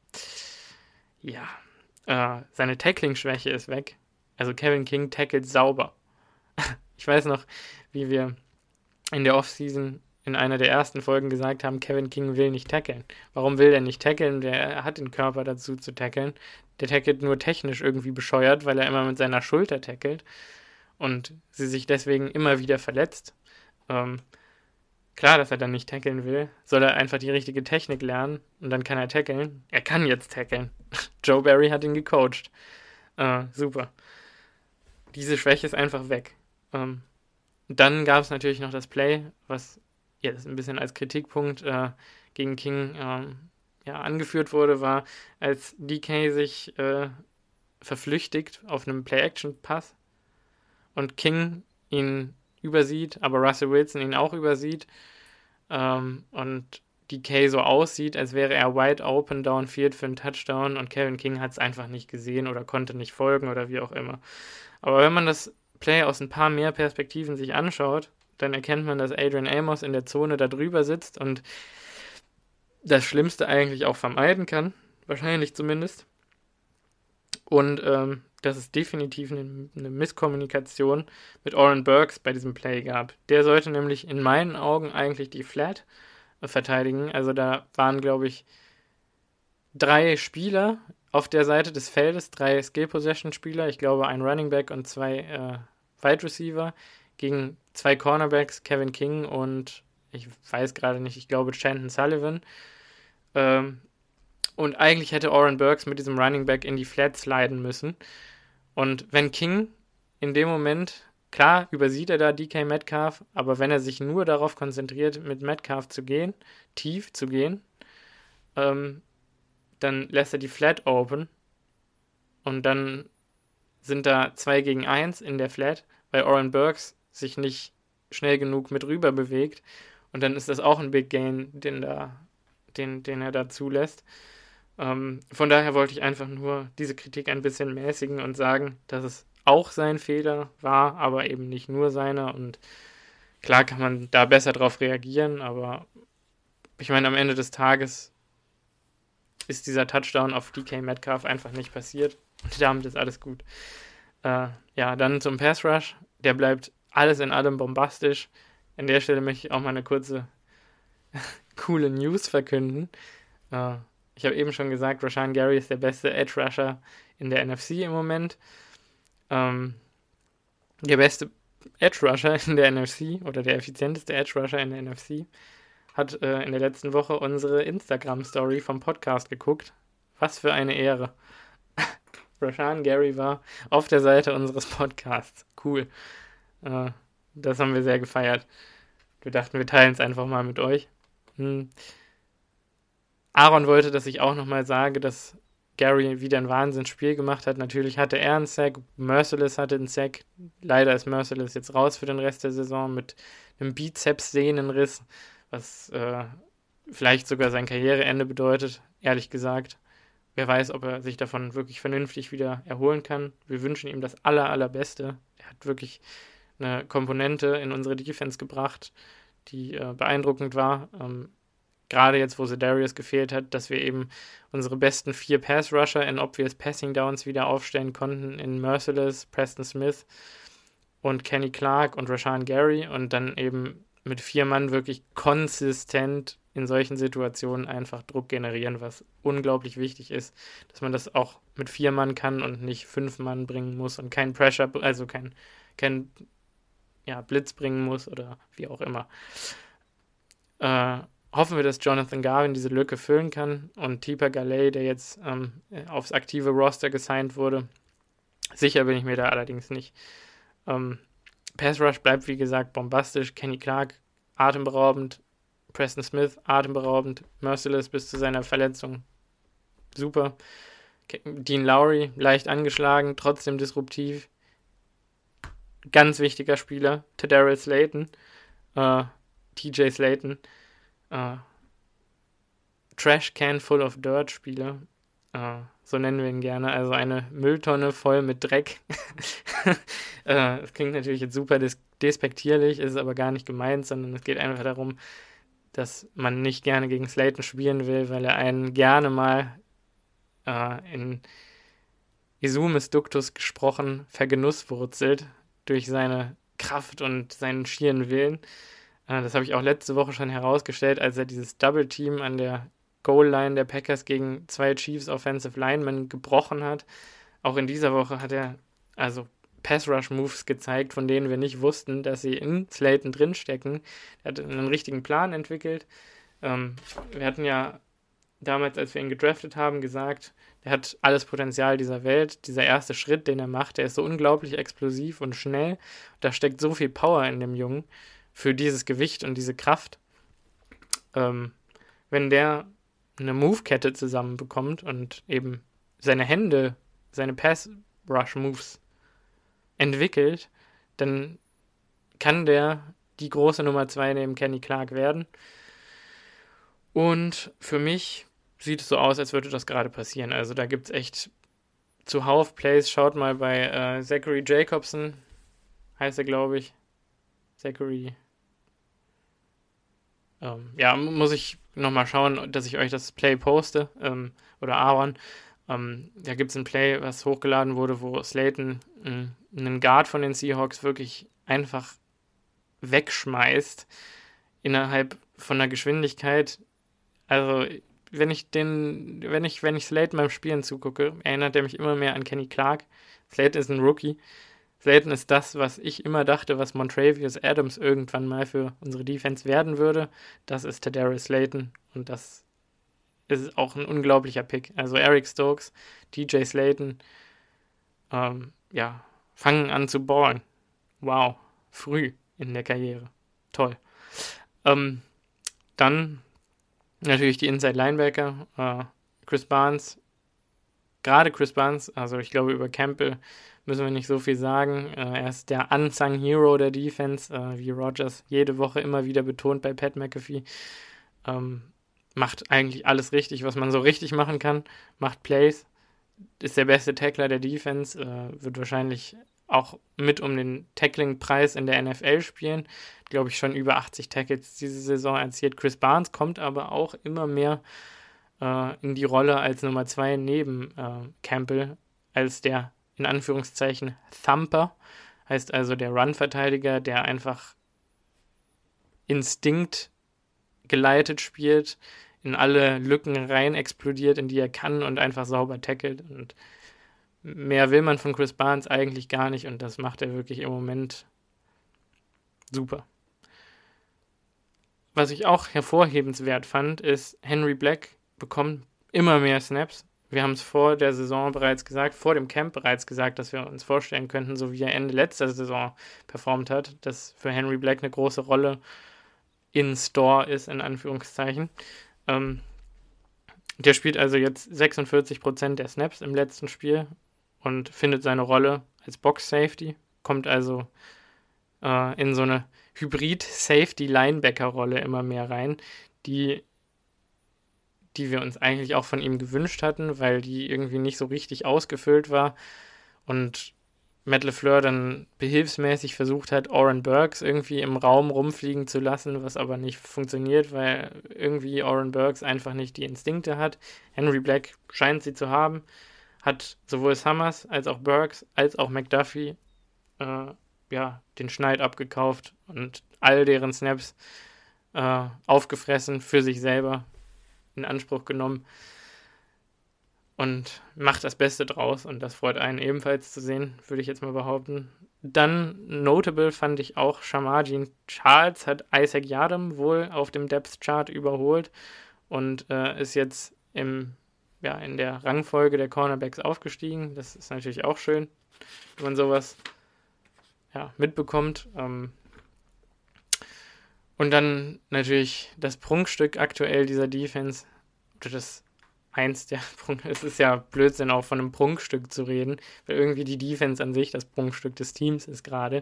Ja, seine Tackling-Schwäche ist weg. Also Kevin King tackelt sauber. Ich weiß noch, wie wir in der Offseason in einer der ersten Folgen gesagt haben, Kevin King will nicht tackeln. Warum will er nicht tackeln? Der hat den Körper dazu zu tackeln. Der tackelt nur technisch irgendwie bescheuert, weil er immer mit seiner Schulter tackelt und sie sich deswegen immer wieder verletzt. Klar, dass er dann nicht tackeln will, soll er einfach die richtige Technik lernen und dann kann er tackeln. Er kann jetzt tackeln. Joe Barry hat ihn gecoacht. Super. Diese Schwäche ist einfach weg. Dann gab es natürlich noch das Play, was jetzt ein bisschen als Kritikpunkt gegen King angeführt wurde, war, als DK sich verflüchtigt auf einem Play-Action-Pass und King ihn übersieht, aber Russell Wilson ihn auch übersieht und DK so aussieht, als wäre er wide open downfield für einen Touchdown und Kevin King hat es einfach nicht gesehen oder konnte nicht folgen oder wie auch immer. Aber wenn man das Play aus ein paar mehr Perspektiven sich anschaut, dann erkennt man, dass Adrian Amos in der Zone da drüber sitzt und das Schlimmste eigentlich auch vermeiden kann, wahrscheinlich zumindest. Und dass es definitiv eine Misskommunikation mit Oren Burks bei diesem Play gab. Der sollte nämlich in meinen Augen eigentlich die Flat verteidigen. Also da waren, glaube ich, 3 Spieler auf der Seite des Feldes, 3 Skill-Possession-Spieler, ich glaube ein Running Back und 2 Wide Receiver gegen 2 Cornerbacks, Kevin King und ich weiß gerade nicht, ich glaube Chandon Sullivan. Und eigentlich hätte Oren Burks mit diesem Running Back in die Flat sliden müssen. Und wenn King in dem Moment, klar, übersieht er da DK Metcalf, aber wenn er sich nur darauf konzentriert, mit Metcalf zu gehen, tief zu gehen, dann lässt er die Flat open und dann sind da 2 gegen 1 in der Flat, weil Oren Burks sich nicht schnell genug mit rüber bewegt und dann ist das auch ein Big Gain, den er da zulässt. Von daher wollte ich einfach nur diese Kritik ein bisschen mäßigen und sagen, dass es auch sein Fehler war, aber eben nicht nur seiner und klar kann man da besser drauf reagieren, aber ich meine, am Ende des Tages ist dieser Touchdown auf DK Metcalf einfach nicht passiert und damit ist alles gut. Dann zum Pass Rush, der bleibt alles in allem bombastisch. An der Stelle möchte ich auch mal eine kurze coole News verkünden. Ich habe eben schon gesagt, Rashan Gary ist der beste Edge Rusher in der NFC im Moment. Der beste Edge Rusher in der NFC oder der effizienteste Edge Rusher in der NFC hat in der letzten Woche unsere Instagram-Story vom Podcast geguckt. Was für eine Ehre. Rashan Gary war auf der Seite unseres Podcasts. Cool. Das haben wir sehr gefeiert. Wir dachten, wir teilen es einfach mal mit euch. Aaron wollte, dass ich auch nochmal sage, dass Gary wieder ein Wahnsinnsspiel gemacht hat. Natürlich hatte er einen Sack, Merciless hatte einen Sack. Leider ist Merciless jetzt raus für den Rest der Saison mit einem Bizeps-Sehnenriss, was vielleicht sogar sein Karriereende bedeutet, ehrlich gesagt. Wer weiß, ob er sich davon wirklich vernünftig wieder erholen kann. Wir wünschen ihm das Allerbeste. Er hat wirklich eine Komponente in unsere Defense gebracht, die beeindruckend war. gerade jetzt, wo Za'Darius gefehlt hat, dass wir eben unsere besten 4 Pass-Rusher in Obvious Passing Downs wieder aufstellen konnten, in Merciless, Preston Smith und Kenny Clark und Rashan Gary und dann eben mit 4 Mann wirklich konsistent in solchen Situationen einfach Druck generieren, was unglaublich wichtig ist, dass man das auch mit 4 Mann kann und nicht 5 Mann bringen muss und kein Pressure, also kein Blitz bringen muss oder wie auch immer. Hoffen wir, dass Jonathan Garvin diese Lücke füllen kann und Tipa Galley, der jetzt aufs aktive Roster gesigned wurde. Sicher bin ich mir da allerdings nicht. Pass Rush bleibt, wie gesagt, bombastisch. Kenny Clark, atemberaubend. Preston Smith, atemberaubend. Merciless bis zu seiner Verletzung. Super. Dean Lowry, leicht angeschlagen, trotzdem disruptiv. Ganz wichtiger Spieler. Tadarius Slayton. TJ Slayton. Trash Can Full of Dirt Spieler. So nennen wir ihn gerne. Also eine Mülltonne voll mit Dreck. Das klingt natürlich jetzt super despektierlich, ist aber gar nicht gemeint, sondern es geht einfach darum, dass man nicht gerne gegen Slayton spielen will, weil er einen gerne mal in Isumes Duktus gesprochen vergenusswurzelt durch seine Kraft und seinen schieren Willen. Das habe ich auch letzte Woche schon herausgestellt, als er dieses Double Team an der Goal-Line der Packers gegen 2 Chiefs Offensive Linemen gebrochen hat. Auch in dieser Woche hat er also Pass-Rush-Moves gezeigt, von denen wir nicht wussten, dass sie in Slayton drinstecken. Er hat einen richtigen Plan entwickelt. Wir hatten ja damals, als wir ihn gedraftet haben, gesagt, er hat alles Potenzial dieser Welt. Dieser erste Schritt, den er macht, der ist so unglaublich explosiv und schnell. Da steckt so viel Power in dem Jungen für dieses Gewicht und diese Kraft. Wenn der eine Move-Kette zusammenbekommt und eben seine Hände, seine Pass-Rush-Moves entwickelt, dann kann der die große Nummer 2 neben Kenny Clark werden. Und für mich sieht es so aus, als würde das gerade passieren. Also da gibt es echt zuhauf Plays. Schaut mal bei Zachary Jacobson, heißt er, glaube ich. Zachary. Muss ich nochmal schauen, dass ich euch das Play poste. Oder Aaron. Da gibt es ein Play, was hochgeladen wurde, wo Slayton einen Guard von den Seahawks wirklich einfach wegschmeißt innerhalb von einer Geschwindigkeit. Also wenn ich Slayton beim Spielen zugucke, erinnert er mich immer mehr an Kenny Clark. Slayton ist ein Rookie. Slayton ist das, was ich immer dachte, was Montravius Adams irgendwann mal für unsere Defense werden würde. Das ist Tadarius Slayton und das ist auch ein unglaublicher Pick. Also Eric Stokes, TJ Slayton, fangen an zu ballen. Wow, früh in der Karriere. Toll. Dann natürlich die Inside Linebacker, Chris Barnes. Gerade Chris Barnes, also ich glaube über Campbell müssen wir nicht so viel sagen. Er ist der Unsung Hero der Defense, wie Rodgers jede Woche immer wieder betont bei Pat McAfee. Macht eigentlich alles richtig, was man so richtig machen kann. Macht Plays, ist der beste Tackler der Defense, wird wahrscheinlich auch mit um den Tackling-Preis in der NFL spielen. Glaube ich schon über 80 Tackles diese Saison erzielt. Chris Barnes kommt aber auch immer mehr in die Rolle als Nummer 2 neben Campbell, als der in Anführungszeichen Thumper, heißt also der Run-Verteidiger, der einfach Instinkt geleitet spielt, in alle Lücken rein explodiert, in die er kann und einfach sauber tackelt. Und mehr will man von Chris Barnes eigentlich gar nicht und das macht er wirklich im Moment super. Was ich auch hervorhebenswert fand, ist, Henry Black bekommt immer mehr Snaps. Wir haben es vor der Saison bereits gesagt, vor dem Camp bereits gesagt, dass wir uns vorstellen könnten, so wie er Ende letzter Saison performt hat, dass für Henry Black eine große Rolle in Store ist, in Anführungszeichen. Der spielt also jetzt 46% der Snaps im letzten Spiel und findet seine Rolle als Box-Safety, kommt also in so eine Hybrid-Safety-Linebacker-Rolle immer mehr rein, die wir uns eigentlich auch von ihm gewünscht hatten, weil die irgendwie nicht so richtig ausgefüllt war. Und Matt LeFleur dann behilfsmäßig versucht hat, Oren Burks irgendwie im Raum rumfliegen zu lassen, was aber nicht funktioniert, weil irgendwie Oren Burks einfach nicht die Instinkte hat. Henry Black scheint sie zu haben, hat sowohl Summers als auch Burks als auch McDuffie den Schneid abgekauft und all deren Snaps aufgefressen, für sich selber in Anspruch genommen und macht das Beste draus und das freut einen ebenfalls zu sehen, würde ich jetzt mal behaupten. Dann notable fand ich auch Shamar Jean Charles hat Isaac Yadam wohl auf dem Depth Chart überholt und ist jetzt in der Rangfolge der Cornerbacks aufgestiegen. Das ist natürlich auch schön, wenn man sowas mitbekommt. Und dann natürlich das Prunkstück aktuell dieser Defense, oder das eins der es ist ja Blödsinn auch von einem Prunkstück zu reden, weil irgendwie die Defense an sich das Prunkstück des Teams ist gerade.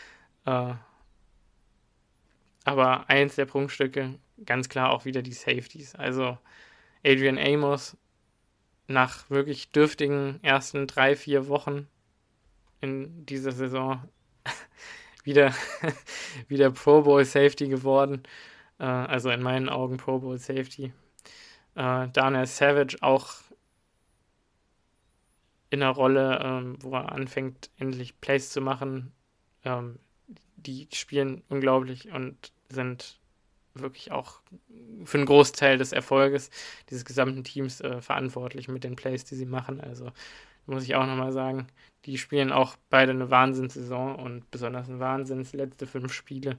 Aber eins der Prunkstücke, ganz klar auch wieder die Safeties. Also Adrian Amos nach wirklich dürftigen ersten 3-4 Wochen in dieser Saison wieder Pro Bowl Safety geworden. Also in meinen Augen Pro Bowl Safety. Daniel Savage auch in einer Rolle, wo er anfängt, endlich Plays zu machen. Die spielen unglaublich und sind wirklich auch für einen Großteil des Erfolges dieses gesamten Teams verantwortlich mit den Plays, die sie machen. Also muss ich auch nochmal sagen, die spielen auch beide eine Wahnsinnssaison und besonders ein Wahnsinns letzte 5 Spiele.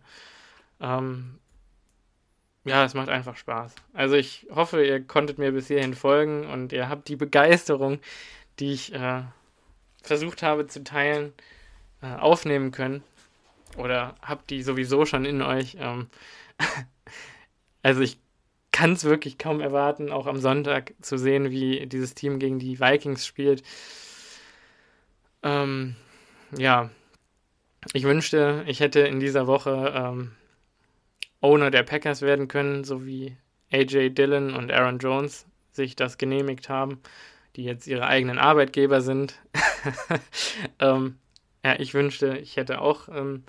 Es macht einfach Spaß. Also ich hoffe, ihr konntet mir bis hierhin folgen und ihr habt die Begeisterung, die ich versucht habe zu teilen, aufnehmen können. Oder habt die sowieso schon in euch. Also ich kann es wirklich kaum erwarten, auch am Sonntag zu sehen, wie dieses Team gegen die Vikings spielt. Ich wünschte, ich hätte in dieser Woche Owner der Packers werden können, so wie AJ Dillon und Aaron Jones sich das genehmigt haben, die jetzt ihre eigenen Arbeitgeber sind. Ich wünschte, ich hätte auch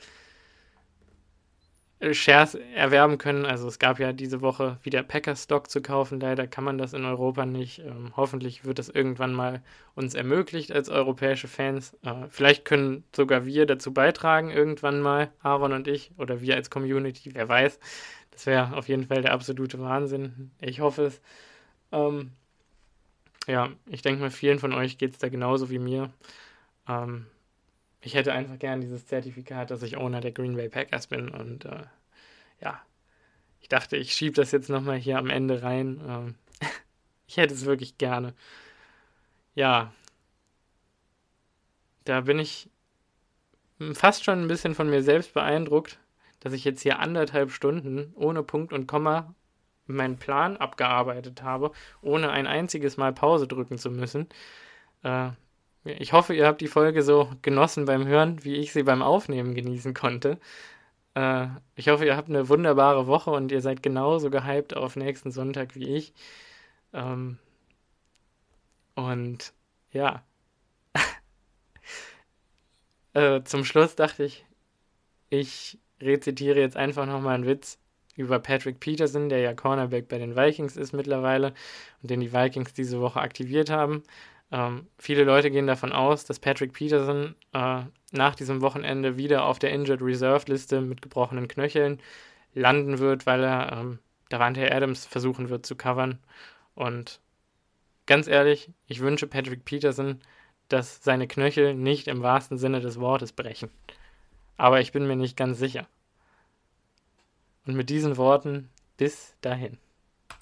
Shares erwerben können. Also es gab ja diese Woche wieder Packers-Stock zu kaufen. Leider kann man das in Europa nicht. Hoffentlich wird das irgendwann mal uns ermöglicht als europäische Fans. Vielleicht können sogar wir dazu beitragen, irgendwann mal, Aaron und ich, oder wir als Community, wer weiß. Das wäre auf jeden Fall der absolute Wahnsinn. Ich hoffe es. Ich denke mal, vielen von euch geht es da genauso wie mir. Ich hätte einfach gern dieses Zertifikat, dass ich Owner der Green Bay Packers bin und ich dachte, ich schiebe das jetzt nochmal hier am Ende rein. Ich hätte es wirklich gerne. Ja, da bin ich fast schon ein bisschen von mir selbst beeindruckt, dass ich jetzt hier 1,5 Stunden ohne Punkt und Komma meinen Plan abgearbeitet habe, ohne ein einziges Mal Pause drücken zu müssen. Ich hoffe, ihr habt die Folge so genossen beim Hören, wie ich sie beim Aufnehmen genießen konnte. Ich hoffe, ihr habt eine wunderbare Woche und ihr seid genauso gehypt auf nächsten Sonntag wie ich. Zum Schluss dachte ich rezitiere jetzt einfach nochmal einen Witz über Patrick Peterson, der ja Cornerback bei den Vikings ist mittlerweile und den die Vikings diese Woche aktiviert haben. Viele Leute gehen davon aus, dass Patrick Peterson nach diesem Wochenende wieder auf der Injured Reserve Liste mit gebrochenen Knöcheln landen wird, weil er Davante Adams versuchen wird zu covern. Und ganz ehrlich, ich wünsche Patrick Peterson, dass seine Knöchel nicht im wahrsten Sinne des Wortes brechen. Aber ich bin mir nicht ganz sicher. Und mit diesen Worten bis dahin.